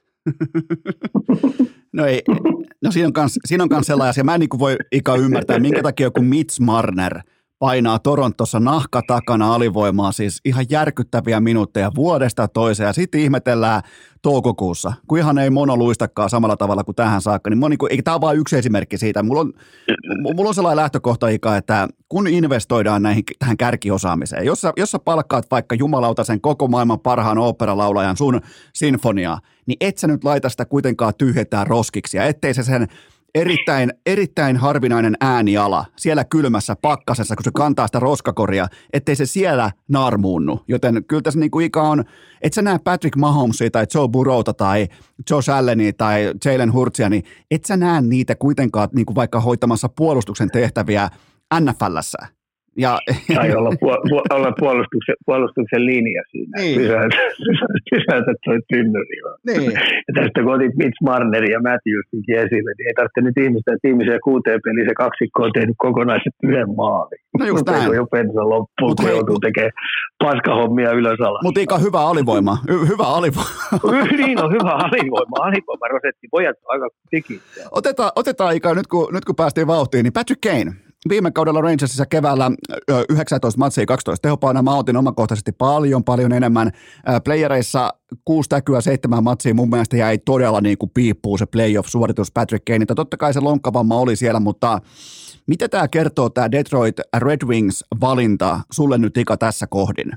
No ei, no siinä on kans, siinä on kans sellainen asia, mä en niin kuin voi ikä ymmärtää, minkä takia joku Mitch Marner painaa Torontossa nahka takana alivoimaa, siis ihan järkyttäviä minuutteja vuodesta toiseen, ja sitten ihmetellään toukokuussa, kun ihan ei mono luistakaan samalla tavalla kuin tähän saakka, niin, niin kuin, tämä on vain yksi esimerkki siitä. Mulla on, mulla on sellainen lähtökohta, Ika, että kun investoidaan näihin, tähän kärkiosaamiseen, jos sä, jos sä palkkaat vaikka jumalauta sen koko maailman parhaan oopperalaulajan sun sinfoniaa, niin et sä nyt laita sitä kuitenkaan tyhjentää roskiksi, ja ettei se sen Erittäin, erittäin harvinainen ääniala siellä kylmässä pakkasessa, kun se kantaa sitä roskakoria, ettei se siellä naarmuunnu. Joten kyllä tässä niin kuin Ika on, et sä näe Patrick Mahomesia tai Joe Burrowta tai Josh Allenia tai Jalen Hurtsia, niin et sä näe niitä kuitenkaan niin kuin vaikka hoitamassa puolustuksen tehtäviä N F L:ssä. Ja, tai olla, puol- olla puolustuksen, puolustuksen linja siinä. Niin. Pysäytät toi tynnyri. Niin. Ja tästä kun otit Mitch Marnerin ja Matthewsinkin esille, niin ei tarvitse nyt ihmistä, että ihmisiä kuuteen peliin se kaksikko on tehnyt kokonaiset yhden maalin. No just näin. Jo pensa loppuun, Mut kun hei, joutuu tekemään paskahommia ylös alas. Mutta Ika, hyvä alivoima. Y- hyvä alivoima. Niin on hyvä alivoima. Alivoima rosetti. Pojat aika tikittää. Otetaan, otetaan Ika, nyt kun, nyt kun päästiin vauhtiin, niin Patrick Kane. Viime kaudella Rangersissa keväällä yhdeksäntoista matsia, kaksitoista tehopainoa. Mä otin omakohtaisesti paljon, paljon enemmän. Playereissa kuusi täkyä, seitsemän matsia. Mun mielestä jäi todella niin kuin piippuun se playoff-suoritus Patrick Kaneilta. Totta kai se lonkkavamma oli siellä, mutta mitä tämä kertoo, tämä Detroit Red Wings-valinta sulle nyt Ika tässä kohdin?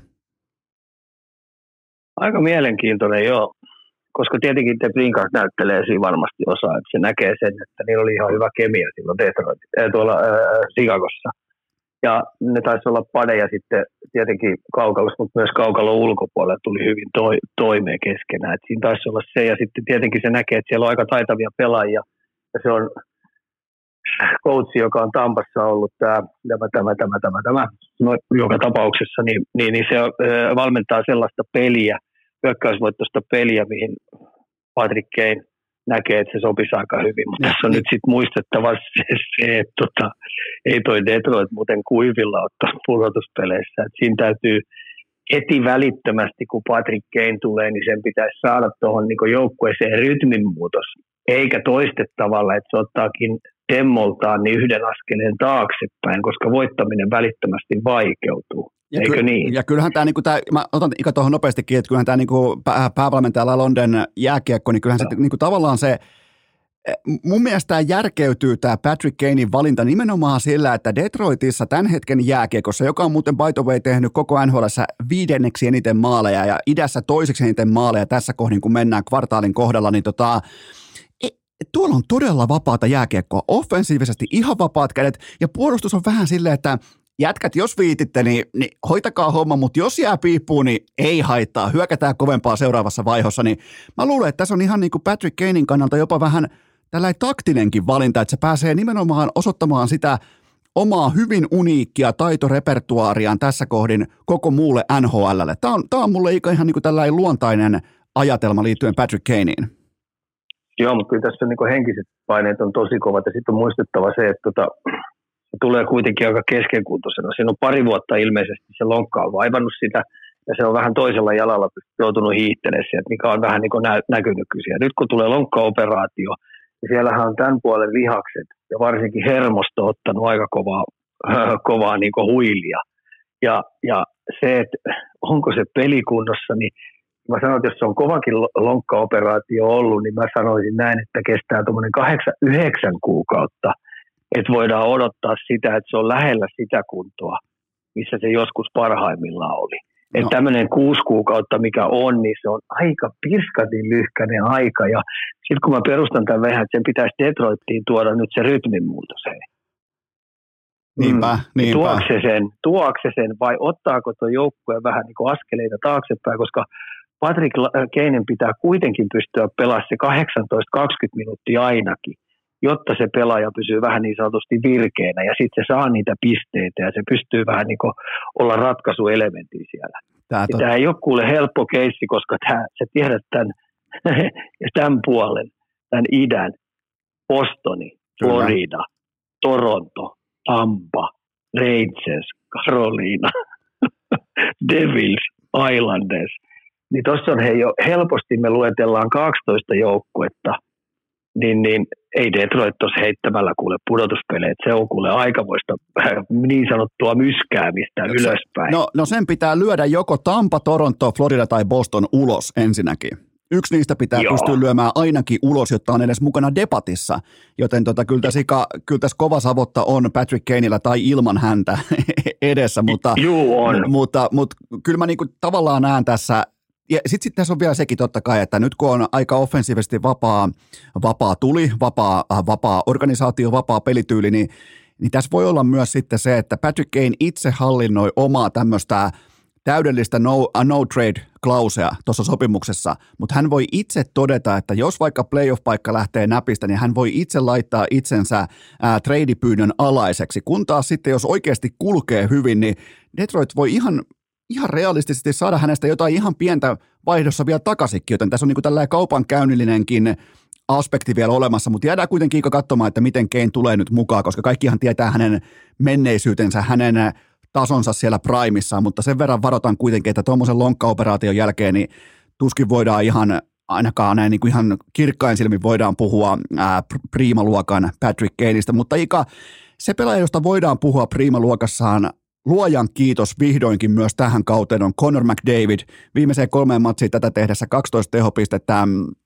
Aika mielenkiintoinen, joo. Koska tietenkin te Brinkas näyttelee siinä varmasti osaa, että se näkee sen, että niillä oli ihan hyvä kemia silloin Detroit, äh, tuolla äh, Chicagossa. Ja ne taisi olla padeja sitten tietenkin kaukalossa, mutta myös kaukalon ulkopuolella tuli hyvin toi, toimeen keskenään. Et siinä taisi olla se, ja sitten tietenkin se näkee, että siellä on aika taitavia pelaajia, ja se on coach, joka on Tampassa ollut tämä, tämä, tämä, tämä, tämä, tämä no, joka tapauksessa, niin, niin, niin se äh, valmentaa sellaista peliä, hyökkäysvoittoista peliä, mihin Patrick Kane näkee, että se sopisi aika hyvin. Mutta tässä on nyt sitten muistettava se, se että tota, ei toi Detroit muuten kuivilla ottaa pudotuspeleissä. Et siinä täytyy heti välittömästi, kun Patrick Kane tulee, niin sen pitäisi saada tuohon niin joukkueeseen rytminmuutos. Eikä toistettavalla, että se ottaakin demmoltaan niin yhden askeleen taaksepäin, koska voittaminen välittömästi vaikeutuu. Ja Eikö ky- niin? Ja kyllähän tämä, niinku tää, mä otan Ika tuohon nopeastikin, että kyllähän tämä niinku pää, päävalmentajalla London jääkiekko, niin kyllähän no. se niinku tavallaan se, mun mielestä tämä järkeytyy tämä Patrick Kanein valinta nimenomaan sillä, että Detroitissa tämän hetken jääkiekossa, joka on muuten by the way tehnyt koko N H L:ssä viidenneksi eniten maaleja ja idässä toiseksi eniten maaleja tässä kohdin, kun mennään kvartaalin kohdalla, niin tota, tuolla on todella vapaata jääkiekkoa, offensiivisesti ihan vapaat kädet ja puolustus on vähän silleen, että jätkät, jos viititte, niin, niin hoitakaa homma, mutta jos jää piippuun, niin ei haittaa. Hyökätään kovempaa seuraavassa vaiheessa. Niin mä luulen, että tässä on ihan niin kuin Patrick Kanein kannalta jopa vähän tällainen taktinenkin valinta, että se pääsee nimenomaan osoittamaan sitä omaa hyvin uniikkia taitorepertuaariaan tässä kohdin koko muulle N H L:lle. Tämä on, tämä on mulle ihan niin kuin tällainen luontainen ajatelma liittyen Patrick Kaneiin. Joo, mutta kyllä tässä on niin kuin henkiset paineet on tosi kovat ja sitten on muistettava se, että tota, se tulee kuitenkin aika keskenkuntoisena. Siinä on pari vuotta ilmeisesti se lonkka on vaivannut sitä ja se on vähän toisella jalalla joutunut hiihtelemään sieltä, mikä on vähän niin kuin nä- näkynyt kysyä. Nyt kun tulee lonkkaoperaatio, niin siellähän on tämän puolen lihakset ja varsinkin hermosto ottanut aika kovaa, äh, kovaa niin kuin huilia. Ja, ja se, että onko se pelikunnossa, niin mä sanon, että jos se on kovakin lonkkaoperaatio ollut, niin mä sanoisin näin, että kestää tuommoinen kahdeksan, yhdeksän kuukautta, että voidaan odottaa sitä, että se on lähellä sitä kuntoa, missä se joskus parhaimmillaan oli. No. Että tämmöinen kuusi kuukautta, mikä on, niin se on aika pirskatin lyhkäinen aika. Ja sitten kun mä perustan tämän vähän, että sen pitäisi Detroittiin tuoda nyt se rytminmuutos. Niinpä, mm. niinpä. Tuokse sen, tuokse sen vai ottaako tuo joukkue vähän niin kuin askeleita taaksepäin, koska Patrick Kanen pitää kuitenkin pystyä pelaamaan se kahdeksantoista kaksikymmentä minuuttia ainakin, jotta se pelaaja pysyy vähän niin sanotusti virkeänä ja sitten se saa niitä pisteitä ja se pystyy vähän niin kuin olla ratkaisuelementti siellä. Tämä, tot... tämä ei ole kuule helppo keissi, koska tämä, sä tiedät tämän, tämän puolen, tämän idän, Bostoni, Florida, Toronto, Tampa, Rangers, Carolina, Devils, Islanders. Niin tuossa on hei jo, helposti me luetellaan kaksitoista joukkuetta, niin, niin ei Detroit tuossa heittämällä kuule pudotuspeleet. Se on kuule aikamoista niin sanottua myskäämistä no, ylöspäin. No, no sen pitää lyödä joko Tampa, Toronto, Florida tai Boston ulos ensinnäkin. Yksi niistä pitää Joo. pystyä lyömään ainakin ulos, jotta on edes mukana debatissa. Joten tota, kyllä, tässä, kyllä tässä kova savotta on Patrick Kaneillä tai ilman häntä edessä. Mutta, Juu, on. mutta, mutta kyllä mä niinku tavallaan näen tässä. Ja sitten sit tässä on vielä sekin totta kai, että nyt kun on aika offensiivisesti vapaa, vapaa tuli, vapaa, vapaa organisaatio, vapaa pelityyli, niin, niin tässä voi olla myös sitten se, että Patrick Kane itse hallinnoi omaa tämmöistä täydellistä no, uh, no trade-klausea tuossa sopimuksessa, mutta hän voi itse todeta, että jos vaikka playoff-paikka lähtee näpistä, niin hän voi itse laittaa itsensä ää, trade-pyynnön alaiseksi, kun taas sitten jos oikeasti kulkee hyvin, niin Detroit voi ihan ihan realistisesti saada hänestä jotain ihan pientä vaihdossa vielä takaisinkin, joten tässä on niin kuin tällainen kaupankäynnillinenkin aspekti vielä olemassa, mutta jäädään kuitenkin katsomaan, että miten Kane tulee nyt mukaan, koska kaikkihan tietää hänen menneisyytensä, hänen tasonsa siellä primissaan, mutta sen verran varoitan kuitenkin, että tuommoisen lonkkaoperaation jälkeen niin tuskin voidaan ihan, ainakaan näin niin kuin ihan kirkkain silmin voidaan puhua ää, priimaluokan Patrick Kaneista, mutta Ika, se pelaaja, josta voidaan puhua priimaluokassaan, luojan kiitos vihdoinkin myös tähän kauteen on Connor McDavid. Viimeiseen kolmeen matsiin tätä tehdessä kaksitoista tehopistettä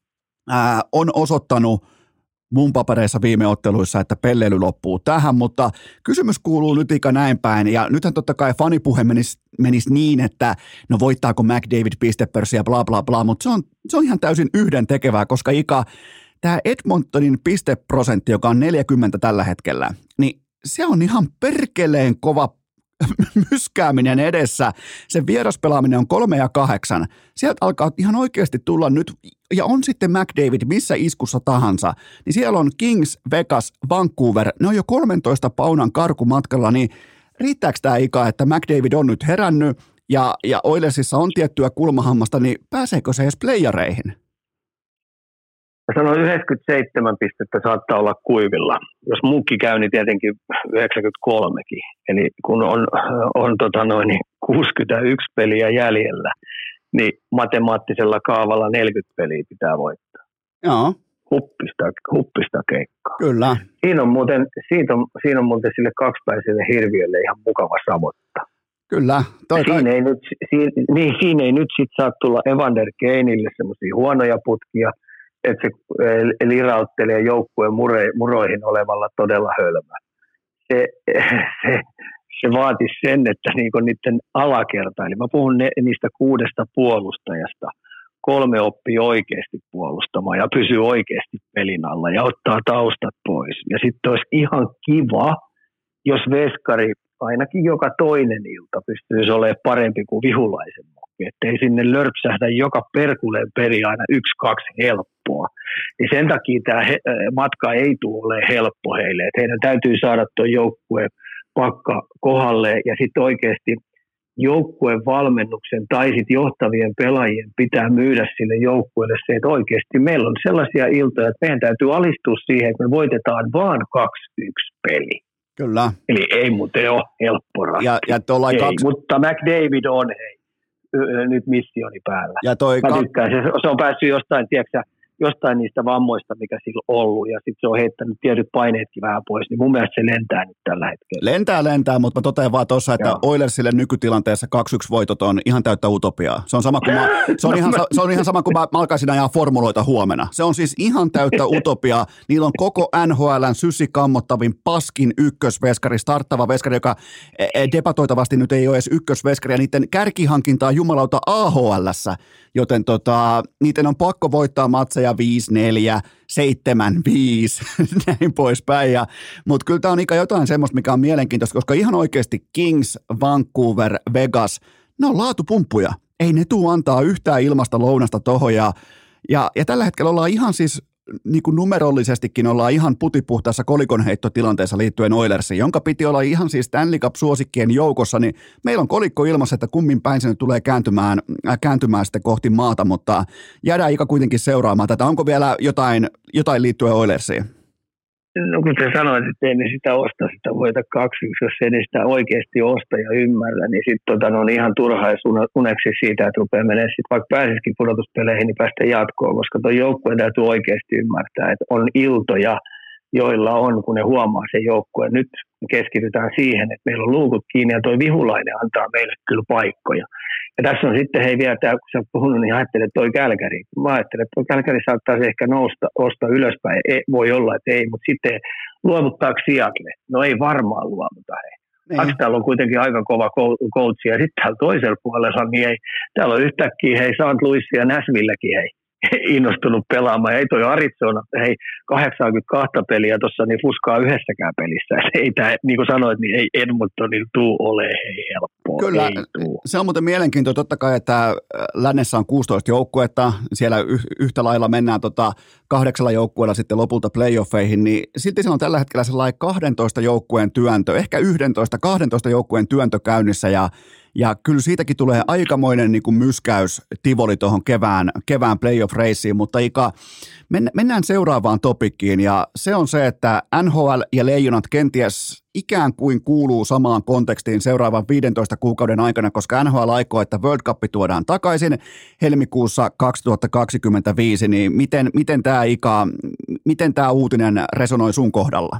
ää, on osoittanut mun papereissa viime otteluissa, että pelleily loppuu tähän, mutta kysymys kuuluu nyt Ika näin päin, ja nythän totta kai fanipuhe menisi, menisi niin, että no voittaako McDavid pistepörssiä bla bla bla, mutta se on, se on ihan täysin yhden tekevää, koska Ika, tämä Edmontonin pisteprosentti, joka on neljäkymmentä tällä hetkellä, niin se on ihan perkeleen kova myskääminen edessä. Se vieraspelaaminen on kolme ja kahdeksan. Sieltä alkaa ihan oikeasti tulla nyt, ja on sitten McDavid missä iskussa tahansa, niin siellä on Kings, Vegas, Vancouver, ne on jo kolmentoista paunan karkumatkalla, niin riittääkö tämä Ika, että McDavid on nyt herännyt, ja, ja Oilersissa on tiettyä kulmahammasta, niin pääseekö se edes playereihin? Mä sanoin yhdeksänkymmentäseitsemän pistettä saattaa olla kuivilla. Jos muukki käy, niin tietenkin yhdeksänkymmentäkolmekin. Eli kun on, on tota noin, kuusikymmentäyksi peliä jäljellä, niin matemaattisella kaavalla neljäkymmentä peliä pitää voittaa. Joo. Huppista, huppista keikkaa. Kyllä. Siinä on muuten, siitä on, siinä on muuten sille kaksipäiselle hirviölle ihan mukava savotta. Kyllä. Toi siinä, ei nyt, siinä, niin, siinä ei nyt sit saa tulla Evander Kaneille semmoisia huonoja putkia, että se lirauttelee joukkueen muroihin olevalla todella hölmä. Se, se, se vaatisi sen, että niinku niiden alakerta, eli mä puhun ne, niistä kuudesta puolustajasta, kolme oppii oikeasti puolustamaan ja pysyy oikeasti pelin alla ja ottaa taustat pois. Ja sitten olisi ihan kiva, jos veskari ainakin joka toinen ilta pystyisi olemaan parempi kuin Vihulaisen mokki, ettei sinne lörpsähdä joka perkuleen peri aina yksi, kaksi helppoa. Niin sen takia tämä matka ei tule olemaan helppo heille, että heidän täytyy saada tuon joukkueen pakka kohdalle ja sitten oikeasti joukkueen valmennuksen tai sitten johtavien pelaajien pitää myydä sille joukkueelle se, että oikeasti meillä on sellaisia iltoja, että meidän täytyy alistua siihen, että me voitetaan vaan kaksi yksi peli. Kyllä. Eli ei muuten ole helppo ratkaisu. Ja, ja ei, kaksi... Mutta McDavid on hei, nyt missioni päällä. Ja toi Mä tykkään, se, se on päässyt jostain, tiedätkö, jostain niistä vammoista, mikä sillä on ollut, ja sitten se on heittänyt tietyt paineetkin vähän pois, niin mun mielestä se lentää nyt tällä hetkellä. Lentää, lentää, mutta mä totean vaan tuossa, että Joo. Oilersille nykytilanteessa kaksi yksi voitot on ihan täyttä utopiaa. Se on, sama kuin mä, se on, ihan, se on ihan sama kuin mä, mä alkaisin ajaa formuloita huomenna. Se on siis ihan täyttä utopiaa. Niillä on koko N H L:n sysikammottavin paskin ykkösveskari, starttava veskari, joka debatoitavasti nyt ei ole edes ykkösveskari, ja niiden kärkihankintaa jumalauta A H L:ssä, joten tota, niiden on pakko voittaa matseja viisi neljä, seitsemän viisi, näin poispäin. Mutta kyllä tämä on Ika jotain semmoista, mikä on mielenkiintoista, koska ihan oikeasti Kings, Vancouver, Vegas, ne on laatupumppuja. Ei ne tuu antaa yhtään ilmasta lounasta tohon ja, ja, ja tällä hetkellä ollaan ihan siis niin kuin numerollisestikin ollaan ihan putipuhtaassa kolikonheittotilanteessa liittyen Oilersiin, jonka piti olla ihan siis Stanley Cup-suosikkien joukossa, niin meillä on kolikko ilmassa, että kummin päin se nyt tulee kääntymään, äh, kääntymään sitten kohti maata, mutta jäädään Ika kuitenkin seuraamaan tätä. Onko vielä jotain, jotain liittyen Oilersiin? No kun te sanoit, että ei ne sitä osta, sitä voita kaksi, jos ei ne sitä oikeasti osta ja ymmärrä, niin sitten tota, no, on ihan turha ja uneksi siitä, että rupeaa menemään sitten vaikka pääsisikin pudotuspeleihin, niin päästä jatkoon, koska tuo joukkue täytyy oikeasti ymmärtää, että on iltoja, joilla on, kun ne huomaa sen joukkueen. Nyt keskitytään siihen, että meillä on luukut kiinni ja tuo Vihulainen antaa meille kyllä paikkoja. Ja tässä on sitten, hei vielä tämä, kun sä oot puhunut, niin ajattelen, että toi Kälkäri. Mä ajattelen, että toi Kälkäri saattaisi ehkä nousta, ostaa ylöspäin. Ei, voi olla, että ei, mutta sitten luovuttaako Seattle? No ei varmaan luovuta, hei. Kaksi täällä on kuitenkin aika kova coachi, ja sitten täällä toisella puolella, niin ei, täällä on yhtäkkiä, hei, Saint Louis ja Nashvillekin, hei, innostunut pelaamaan. Ei toi Arizona, hei, kahdeksankymmentäkaksi peliä tuossa, niin fuskaa yhdessäkään pelissä. Et ei tää, niin kuin sanoit, niin ei Edmontonilla tuu ole, hei, helppoa. Kyllä, se on muuten mielenkiintoista totta kai, että lännessä on kuusitoista joukkuetta, siellä yhtä lailla mennään tota kahdeksalla joukkueella sitten lopulta playoffeihin, niin silti se on tällä hetkellä sellainen kahdentoista joukkueen työntö, ehkä yksitoista kahdentoista joukkueen työntö käynnissä, ja Ja kyllä siitäkin tulee aikamoinen niin kuin myskäys tivoli tuohon kevään, kevään playoff-reissiin, mutta Ika, mennään seuraavaan topikkiin, ja se on se, että N H L ja Leijonat kenties ikään kuin kuuluu samaan kontekstiin seuraavan viidentoista kuukauden aikana, koska N H L aikoo, että World Cup tuodaan takaisin helmikuussa kaksituhattakaksikymmentäviisi, niin miten, miten tämä Ika, miten tämä uutinen resonoi sun kohdalla?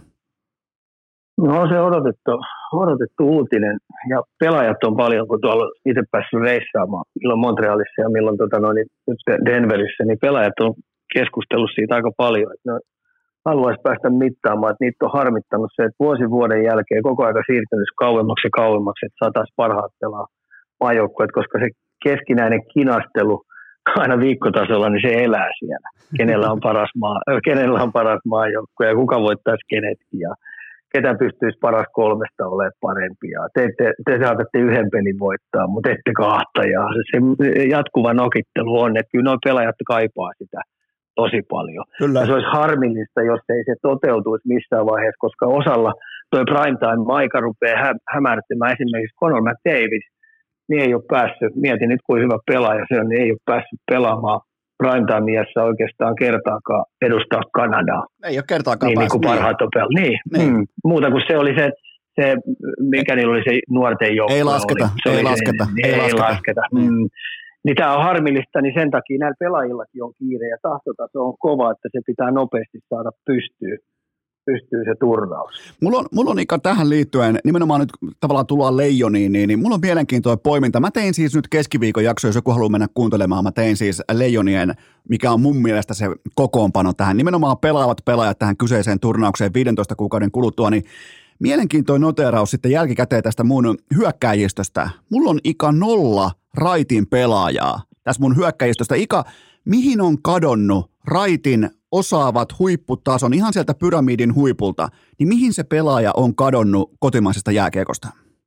No on se odotettu, odotettu uutinen, ja pelaajat on paljon, kun tuolla itse päässyt reissaamaan, milloin Montrealissa ja milloin tota noin, nyt Denverissä, niin pelaajat on keskustellut siitä aika paljon, että ne haluaisi päästä mittaamaan, että niitä on harmittanut se, että vuosi vuoden jälkeen koko ajan siirtynyt kauemmaksi ja kauemmaksi, että saataisiin parhaat pelaa maajoukkueet, koska se keskinäinen kinastelu aina viikkotasolla, niin se elää siellä. Kenellä on paras, maa, kenellä on paras maajoukkue ja kuka voittaisi kenetkin ja ketä pystyisi paras kolmesta olemaan parempia. Te, te, te saatatte yhden pelin voittaa, mutta ette kahta. Ja se jatkuva nokittelu on, että kyllä nuo pelaajat kaipaa sitä tosi paljon. Ja se olisi harmillista, jos ei se toteutuisi missään vaiheessa, koska osalla tuo primetime-aika rupeaa hä- hämärtymään. Esimerkiksi Conor McDavid, niin ei ole päässyt, mietin nyt kuin hyvä pelaaja se on, niin ei ole päässyt pelaamaan primetime-iässä oikeastaan kertaakaan edustaa Kanadaa. Ei ole kertaakaan niin, päässyt. Niin kuin parhaat on pelannut. Niin, niin. Mm, muuta kuin se oli se, se mikä niillä oli se nuorten joukkue. Ei lasketa, oli, ei, lasketa se, ei, ei lasketa. lasketa. Mm. Niin tämä on harmillista, niin sen takia näillä pelaajillakin on kiire ja tahtotaso on kova, että se pitää nopeasti saada pystyyn. pystyy se turnaus. Mulla on, mulla on Ika tähän liittyen, nimenomaan nyt tavallaan tullaan Leijoniin, niin, niin mulla on mielenkiintoinen poiminta. Mä tein siis nyt keskiviikon jakso, jos joku haluaa mennä kuuntelemaan, mä tein siis Leijonien, mikä on mun mielestä se kokoonpano tähän, nimenomaan pelaavat pelaajat tähän kyseiseen turnaukseen viidentoista kuukauden kuluttua, niin mielenkiintoinen noteeraus sitten jälkikäteen tästä mun hyökkääjistöstä. Mulla on Ika nolla raitin pelaajaa tässä mun hyökkääjistöstä. Ika, mihin on kadonnut raitin osaavat huipputason, ihan sieltä pyramidin huipulta, niin mihin se pelaaja on kadonnut kotimaisesta jääkiekosta?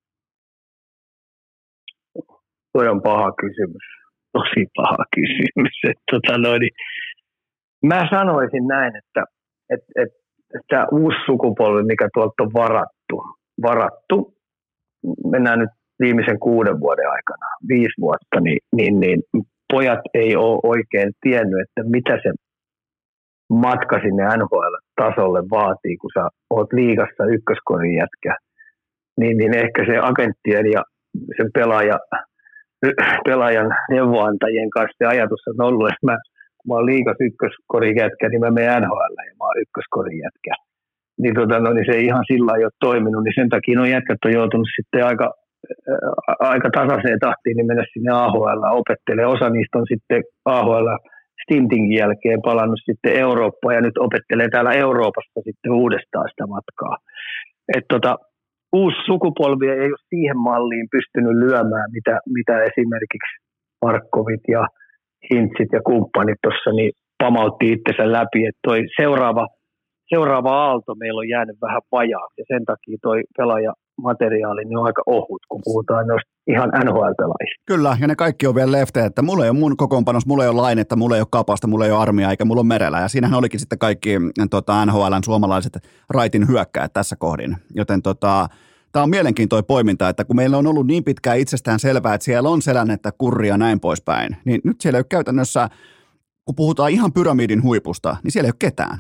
Toi on paha kysymys. Tosi paha kysymys. Et, tota noin, mä sanoisin näin, että et, et, tämä uusi sukupolvi, mikä tuolta on varattu, varattu, mennään nyt viimeisen kuuden vuoden aikana, viisi vuotta, niin, niin, niin pojat ei ole oikein tiennyt, että mitä se matka sinne N H L-tasolle vaatii, kun sä oot liigassa ykköskorin jätkä, niin, niin ehkä se agenttien ja sen pelaaja, pelaajan neuvoantajien kanssa se ajatus on ollut, että mä, kun mä oon liigassa ykköskorin jätkä, niin mä menen N H L ja mä oon ykköskorin jätkä. Niin, tota, no, niin se ei ihan sillä lailla ole toiminut, niin sen takia nuo jätkät on joutunut sitten aika, ää, aika tasaiseen tahtiin niin mennä sinne A H L opettelemaan. Osa niistä on sitten A H L stintingin jälkeen palannut sitten Eurooppaan ja nyt opettelee täällä Euroopassa sitten uudestaan sitä matkaa. Et tota, uusi sukupolvi ei ole siihen malliin pystynyt lyömään, mitä, mitä esimerkiksi Markkovit ja Hintsit ja kumppanit tuossa niin pamautti itsensä läpi, että toi seuraava, seuraava aalto meillä on jäänyt vähän vajaaksi ja sen takia toi pelaajamateriaali niin on aika ohut, kun puhutaan noista ihan N H L-pelaajista. Kyllä, ja ne kaikki on vielä leftejä, että mulla ei ole mun kokoonpanos, mulla ei ole Lainetta, mulla ei ole Kapasta, mulla ei ole Armia, eikä mulla ole Merellä, ja siinähän olikin sitten kaikki tota, N H L:n suomalaiset raitin hyökkäät tässä kohdin, joten tota, tämä on mielenkiintoinen poiminta, että kun meillä on ollut niin pitkään itsestään selvää, että siellä on selännettä, kurria ja näin poispäin, niin nyt siellä ei ole käytännössä, kun puhutaan ihan pyramidin huipusta, niin siellä ei ole ketään.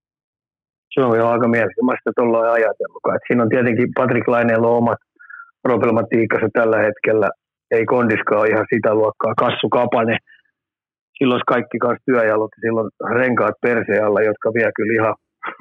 Se on jo aika mielenkiintoista, että ollaan ajatellutkaan. Että siinä on tietenkin Patrik Laineella on omat problematiikkansa tällä hetkellä. Ei kondiskaan ole ihan sitä luokkaa. Kassu Kapanen, silloin kaikki kanssa työjalot ja silloin renkaat perseen alla, jotka vie kyllä ihan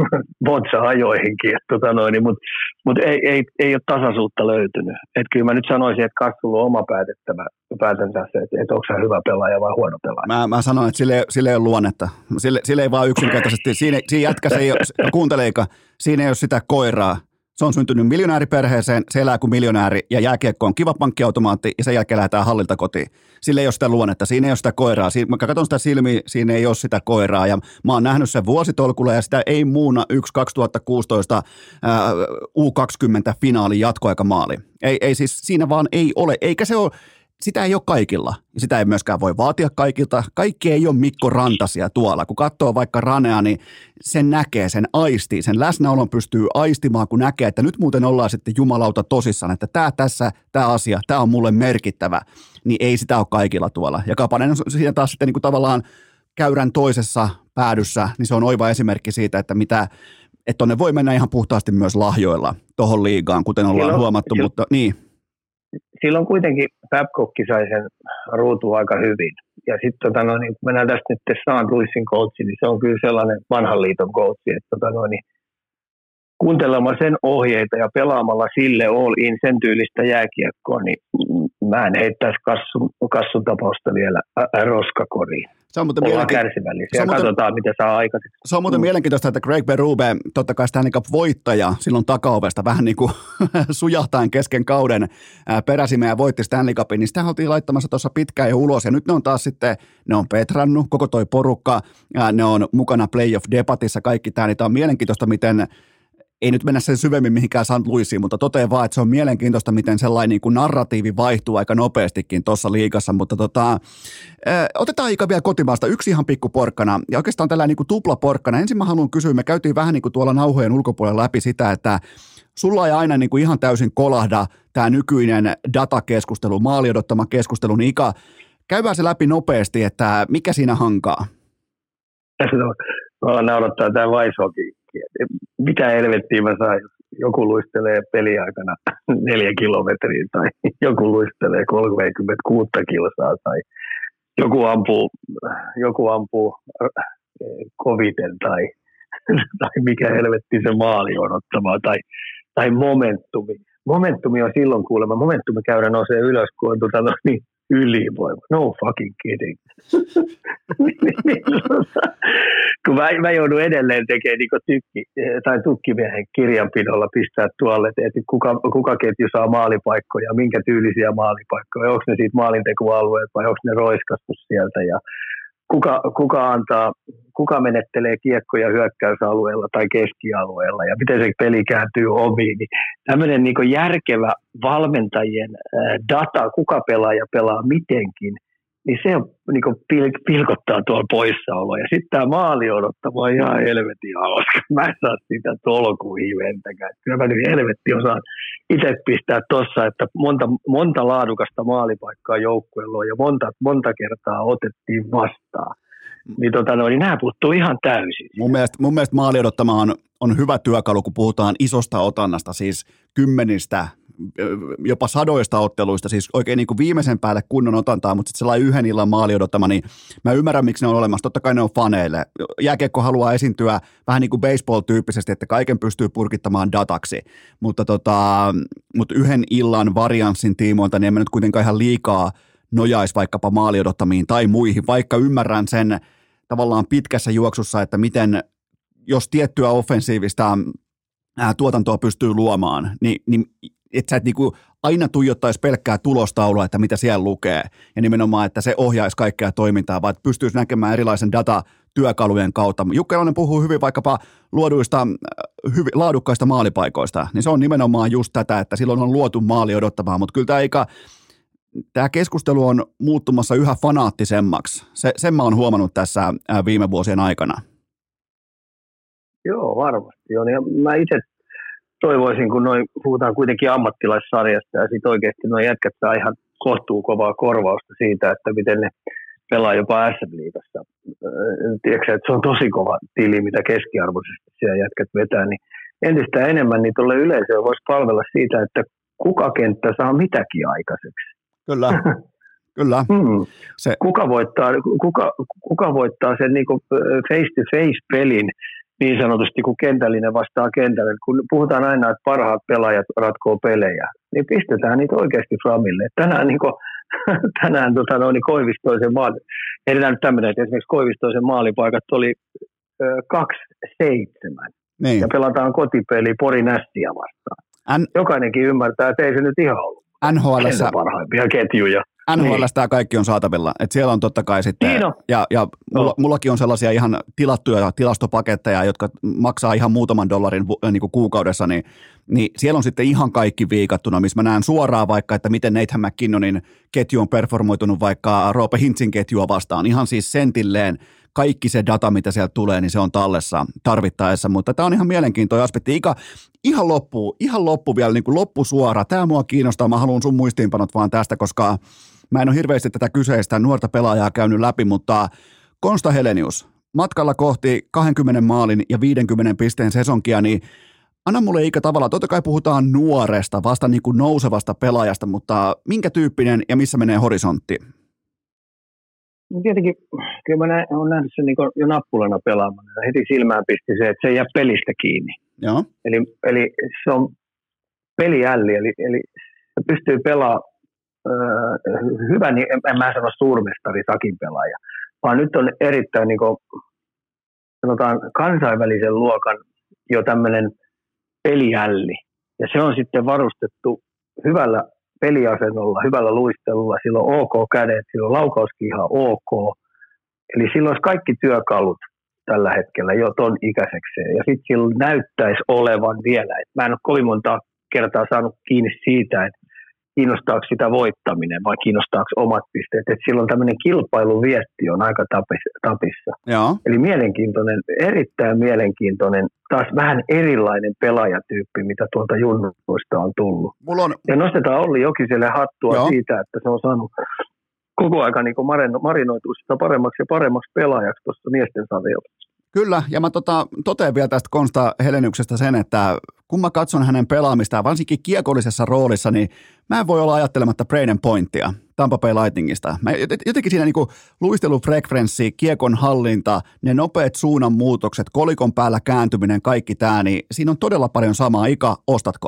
botsa-ajoihinkin. Tota niin, Mutta mut ei, ei, ei ole tasaisuutta löytynyt. Et kyllä mä nyt sanoisin, että Kassulla on oma päätettävä päätänsä se, että, että onko se hyvä pelaaja vai huono pelaaja. Mä, mä sanoin, että sille, sille ei ole luonnetta. Sille, sille ei vaan yksinkertaisesti, siinä, siinä jätkässä ei ole, kuunteleika, siinä ei ole sitä koiraa. Se on syntynyt miljonääriperheeseen, se elää kuin miljonääri ja jääkiekko on kiva pankkiautomaatti ja sen jälkeen lähdetään hallilta kotiin. Sillä ei ole sitä luonnetta, siinä ei ole sitä koiraa. Siinä, mä katson sitä silmiä, siinä ei ole sitä koiraa ja mä oon nähnyt sen vuositolkulla ja sitä ei muuna yksi kaksituhattakuusitoista ää, U kaksikymmentä finaalin jatkoaikamaali. Ei, ei siis siinä vaan ei ole, eikä se ole. Sitä ei ole kaikilla, ja sitä ei myöskään voi vaatia kaikilta. Kaikki ei ole Mikko Rantasia tuolla. Kun katsoo vaikka Ranea, niin sen näkee, sen aistii, sen läsnäolon pystyy aistimaan, kun näkee, että nyt muuten ollaan sitten jumalauta tosissaan, että tämä tässä, tämä asia, tämä on mulle merkittävä, niin ei sitä ole kaikilla tuolla. Ja Kapanen on siinä taas sitten niin kuin tavallaan käyrän toisessa päädyssä, niin se on oiva esimerkki siitä, että mitä, että tonne voi mennä ihan puhtaasti myös lahjoilla tuohon liigaan, kuten ollaan Silloin, huomattu, jo. mutta niin. Silloin kuitenkin Babcock sai sen ruutuun aika hyvin. Ja sitten tota no, niin mennään tästä nyt Saint Louisin coachi, niin se on kyllä sellainen vanhan liiton coachi, että tota no, niin kuuntelemalla sen ohjeita ja pelaamalla sille all in sen tyylistä jääkiekkoa, niin mä en heittäisi kassun, kassun tapausta vielä roskakoriin. Se on muuten Ollaan kärsivällisiä ja muuten, katsotaan, mitä saa aikaiseksi. Se on muuten mm. mielenkiintoista, että Greg Berube, totta kai Stanley Cup-voittaja silloin takaovesta, vähän niin kuin sujahtaen kesken kauden peräsimeen ja voitti Stanley Cupin, niin sitä oltiin laittamassa tuossa pitkään jo ulos, ja nyt ne on taas sitten, ne on petrannut, koko toi porukka, ne on mukana playoff-debatissa, kaikki tämä, niin tämä on mielenkiintoista, miten ei nyt mennä sen syvemmin mihinkään Saint Louisiin, mutta totean vaan, että se on mielenkiintoista, miten sellainen niin kuin narratiivi vaihtuu aika nopeastikin tuossa liigassa, mutta tota, äh, otetaan Ika vielä kotimaasta yksi ihan pikku porkkana, ja oikeastaan tällainen niin kuin tupla porkkana. Ensin mä haluan kysyä, me käytiin vähän niin kuin tuolla nauhojen ulkopuolella läpi sitä, että sulla ei aina niin kuin ihan täysin kolahda tämä nykyinen datakeskustelu, maali odottama keskustelu, niin Ika, käydään se läpi nopeasti, että mikä siinä hankaa? No, naurattaa tämä Weishockey. Mitä helvettiä mä saan, joku luistelee peliaikana neljä kilometriä tai joku luistelee kolmekymmentäkuusi kilsaa tai joku ampuu, joku ampuu koviten tai, tai mikä helvetti se maali on ottamaan tai, tai momentumi. Momentumi on silloin kuulemma, momentumikäyrä nousee ylös, kun on tuota, no, niin, ylivoima. No fucking kidding. Kun mä, mä joudun edelleen tekemään niin tykki, tai tukkimiehen kirjanpidolla pistää tuolle, että kuka, kuka ketju saa maalipaikkoja, minkä tyylisiä maalipaikkoja, onko ne siitä maalintekoalueet vai onko ne roiskastus sieltä ja kuka, kuka antaa, kuka menettelee kiekkoja hyökkäysalueella tai keskialueella ja miten se peli kääntyy omiin. Niin tämmöinen niin järkevä valmentajien data, kuka pelaaja pelaa mitenkin, niin se on, niin pil- pilkottaa tuolla poissaoloa. Ja sitten tämä maali odottama on ihan helvetin hauska. Mä en saa sitä tolkuun hiventäkään. Kyllä mä nyt helvetti osaan itse pistää tossa, että monta, monta laadukasta maalipaikkaa joukkueella on ja monta, monta kertaa otettiin vastaan. Niin, tota, no, niin nämä puuttuu ihan täysin. Mun mielestä, mun mielestä maali odottama on, on hyvä työkalu, kun puhutaan isosta otannasta, siis kymmenistä, jopa sadoista otteluista, siis oikein niin kuin viimeisen päälle kunnon otantaa, mutta sitten sellainen yhden illan maali odottama, niin mä ymmärrän, miksi ne on olemassa. Totta kai ne on faneille. Jääkiekko haluaa esiintyä vähän niin kuin baseball-tyyppisesti, että kaiken pystyy purkittamaan dataksi, mutta, tota, mutta yhden illan varianssin tiimoilta, niin en mä nyt kuitenkaan ihan liikaa nojaisi vaikkapa maali odottamiin tai muihin, vaikka ymmärrän sen tavallaan pitkässä juoksussa, että miten, jos tiettyä offensiivista ää, tuotantoa pystyy luomaan, niin, niin että sä et niinku aina tuijottaisi pelkkää tulostaulua, että mitä siellä lukee, ja nimenomaan, että se ohjaisi kaikkea toimintaa, vaan että pystyisi näkemään erilaisen datatyökalujen kautta. Jukka Jalonen puhuu hyvin vaikkapa luoduista, hyvin, laadukkaista maalipaikoista, niin se on nimenomaan just tätä, että silloin on luotu maali odottamaan, mutta kyllä tämä eikä tämä keskustelu on muuttumassa yhä fanaattisemmaksi. Se, sen mä oon huomannut tässä viime vuosien aikana. Joo, varmasti on. Ja mä itse toivoisin, kun noi puhutaan kuitenkin ammattilaissarjasta ja sitten oikeasti nuo jätkät saa ihan kohtuu kovaa korvausta siitä, että miten ne pelaa jopa S M-liigassa. Tiedätkö, että se on tosi kova tili, mitä keskiarvoisesti siellä jätkät vetää, niin entistä enemmän niin tuolle yleisöön voisi palvella siitä, että kuka kenttä saa mitäkin aikaiseksi. Kyllä, kyllä. Hmm. Se... Kuka, voittaa, kuka, kuka voittaa sen niin face-to-face-pelin niin sanotusti kuin kentällinen vastaa kentälle. Kun puhutaan aina, että parhaat pelaajat ratkoo pelejä, niin pistetään niitä oikeasti framille. Tänään, niin kuin, tänään tota, no, niin Koivistoisen maali, edetään nyt tämmöinen, että esimerkiksi Koivistoisen maalipaikat oli kaksi seitsemän. Niin. Ja pelataan kotipeli Porin Ässiä vastaan. N- Jokainenkin ymmärtää, että ei se nyt ihan ollut. N H L:ssä parhaimpia ketjuja. N H L:ssä tämä kaikki on saatavilla. Et siellä on totta kai sitten, niin on. ja, ja mulla, mullakin on sellaisia ihan tilattuja tilastopaketteja, jotka maksaa ihan muutaman dollarin niin kuin kuukaudessa, niin, niin siellä on sitten ihan kaikki viikattuna, missä mä näen suoraan vaikka, että miten Nathan McKinnonin ketju on performoitunut vaikka Roope Hintzin ketjua vastaan. Ihan siis sentilleen kaikki se data, mitä sieltä tulee, niin se on tallessa tarvittaessa, mutta tämä on ihan mielenkiintoinen aspekti. Ika, ihan loppu, ihan loppu vielä, niin kuin loppusuora. Tämä mua kiinnostaa, mä haluan sun muistiinpanot vaan tästä, koska mä en ole hirveästi tätä kyseistä nuorta pelaajaa käynyt läpi, mutta Konsta Helenius, matkalla kohti kaksikymmentä maalin ja viidenkymmenen pisteen sesonkia, niin anna mulle Ika tavalla, totta kai puhutaan nuoresta, vasta niin kuin nousevasta pelaajasta, mutta minkä tyyppinen ja missä menee horisontti? Tietenkin, kyllä mä näin, olen nähnyt sen niin jo nappulana pelaamana. Heti silmään pisti se, että se ei jää pelistä kiinni. Joo. Eli, eli se on peliälli, eli, eli se pystyy pelaamaan äh, hyvä, niin en mä sano suurmestari takin pelaaja, vaan nyt on erittäin niin kuin, sanotaan kansainvälisen luokan jo tämmöinen peliälli. Ja se on sitten varustettu hyvällä peliasennolla, hyvällä luistelulla, sillä on ok kädet, sillä on laukauskin ihan ok. Eli sillä olisi kaikki työkalut tällä hetkellä jo ton ikäisekseen. Ja sitten sillä näyttäisi olevan vielä, että mä en ole kovin monta kertaa saanut kiinni siitä, että kiinnostaako sitä voittaminen vai kiinnostaako omat pisteet. Että silloin tämmöinen kilpailuvietti on aika tapissa. Joo. Eli mielenkiintoinen, erittäin mielenkiintoinen, taas vähän erilainen pelaajatyyppi, mitä tuolta junnuista on tullut. On... Ja nostetaan Olli Jokiselle hattua Joo. siitä, että se on saanut koko ajan niin marinoitua sitä paremmaksi ja paremmaksi pelaajaksi tuossa miesten sarjalla. Kyllä, ja mä tota, totean vielä tästä Konsta Heleniuksesta sen, että kun mä katson hänen pelaamistaan, varsinkin kiekollisessa roolissa, niin mä en voi olla ajattelematta Braden Pointtia Tampa Bay Lightningista. Mä jotenkin siinä niinku luistelufrekvenssi, kiekon hallinta, ne nopeat suunnanmuutokset, kolikon päällä kääntyminen, kaikki tää, niin siinä on todella paljon samaa. Ika, ostatko?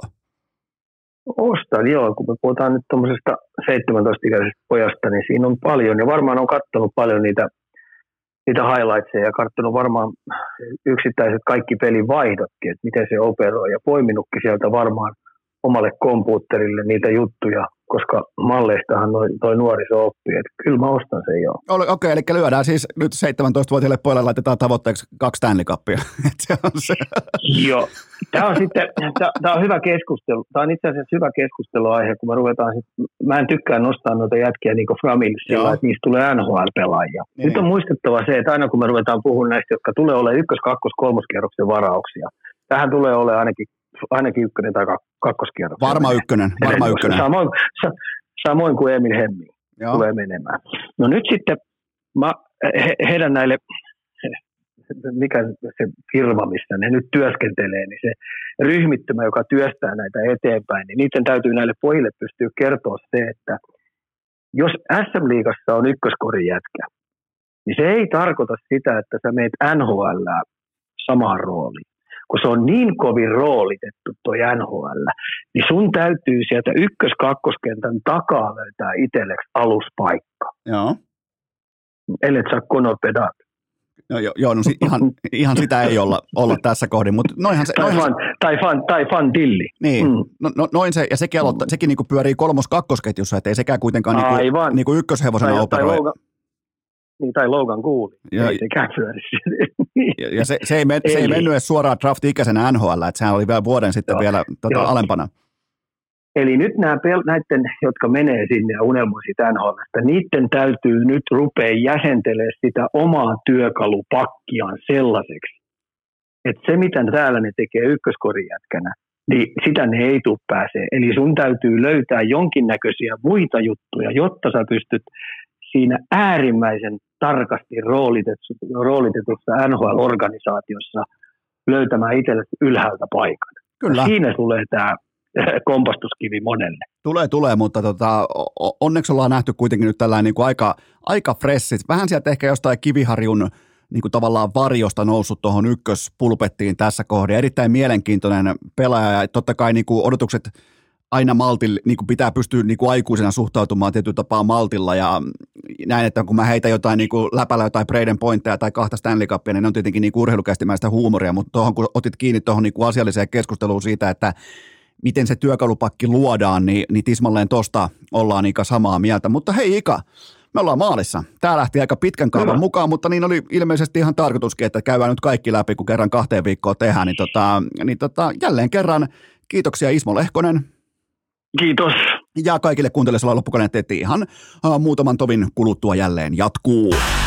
Ostan, joo. Kun me puhutaan nyt tuommoisesta seitsemäntoista-ikäisestä pojasta, niin siinä on paljon, ja varmaan on katsonut paljon niitä niitä highlightseja ja katsonut varmaan yksittäiset kaikki pelin vaihdotkin, että miten se operoi ja poiminutkin sieltä varmaan omalle kompuutterille niitä juttuja, koska malleistahan noi, toi nuoriso oppii, että kyllä mä ostan sen joo. Okei, okay, eli lyödään siis nyt seitsemäntoistavuotiaille pojille laitetaan tavoitteeksi kaksi Stanley Cupia. se on se. Joo, tämä on sitten, tämä on hyvä keskustelu, tämä on itse asiassa hyvä keskusteluaihe, kun me ruvetaan, mä en tykkää nostaa noita jätkiä niin kuin framille sillä, että niistä tulee N H L-pelaajia. Niin. Nyt on muistettava se, että aina kun me ruvetaan puhumaan näistä, jotka tulee olemaan ykkös-, kakkos-, kolmoskierroksen varauksia, tähän tulee olemaan ainakin ainakin ykkönen tai kakkoskierros. Varma ykkönen, varma ykkönen. Samoin, samoin kuin Emil Hemming tulee menemään. No nyt sitten mä, he, heidän näille, mikä se firma, missä ne nyt työskentelee, niin se ryhmittymä, joka työstää näitä eteenpäin, niin niiden täytyy näille pojille pystyä kertoa se, että jos S M-liigassa on ykköskorin jätkä, niin se ei tarkoita sitä, että sä meet N H L:ään samaan rooliin. Kun se on niin kovin roolitettu toi N H L, niin sun täytyy sieltä ykkös-kakkoskentän takaa löytää itselleksi aluspaikka. Joo. Ellet saa konopedat. No, joo, joo no si- ihan, ihan sitä ei olla, olla tässä kohdin, mutta noinhan se... Tai, noinhan fan, se, tai, fan, tai fan dilli. Niin, mm. no, no, noin se, ja sekin, aloittaa, sekin niinku pyörii kolmos-kakkosketjussa, ettei sekään kuitenkaan niinku, niinku ykköshevosena operoi. Niin, tai Logan Gould. Ja, ei sekään pyöri. ja, ja se, se, ei men, se ei mennyt edes suoraan draft-ikäisenä N H L, että sehän oli vielä vuoden sitten joo, vielä tota, alempana. Eli nyt nämä, näiden, jotka menee sinne ja unelmoi siitä N H L:stä, niiden täytyy nyt rupea jäsentelemään sitä omaa työkalupakkiaan sellaiseksi, että se, mitä täällä ne tekee ykköskorijätkänä, niin sitä ne ei tule pääsee. Eli sun täytyy löytää jonkinnäköisiä muita juttuja, jotta sä pystyt siinä äärimmäisen tarkasti roolitetussa N H L-organisaatiossa löytämään itsellesi ylhäältä paikan. Kyllä. Siinä tulee tämä kompastuskivi monelle. Tulee, tulee, mutta tota, onneksi ollaan nähty kuitenkin nyt tällainen niin kuin aika, aika freshit. Vähän sieltä ehkä jostain Kiviharjun niin kuin tavallaan varjosta noussut tuohon ykköspulpettiin tässä kohdassa. Erittäin mielenkiintoinen pelaaja ja totta kai niin kuin odotukset aina maltilla, niin kuin pitää pystyä niin kuin aikuisena suhtautumaan tietyllä tapaa maltilla ja näin, että kun mä heitän jotain niin kuin läpällä jotain Braden Pointteja tai kahta Stanley Cupia, niin ne on tietenkin niin kuin urheilukästimäistä huumoria, mutta tuohon kun otit kiinni tuohon niin kuin asialliseen keskusteluun siitä, että miten se työkalupakki luodaan, niin, niin tismalleen tosta ollaan Ika samaa mieltä. Mutta hei Ika, me ollaan maalissa. Tää lähti aika pitkän kaavan mukaan, mutta niin oli ilmeisesti ihan tarkoituskin, että käydään nyt kaikki läpi, kun kerran kahteen viikkoon tehdään. Niin, tota, niin tota, jälleen kerran kiitoksia Ismo Lehkonen. Kiitos. Ja kaikille kuuntelijoille loppukaneetteet ihan uh, muutaman tovin kuluttua jälleen jatkuu.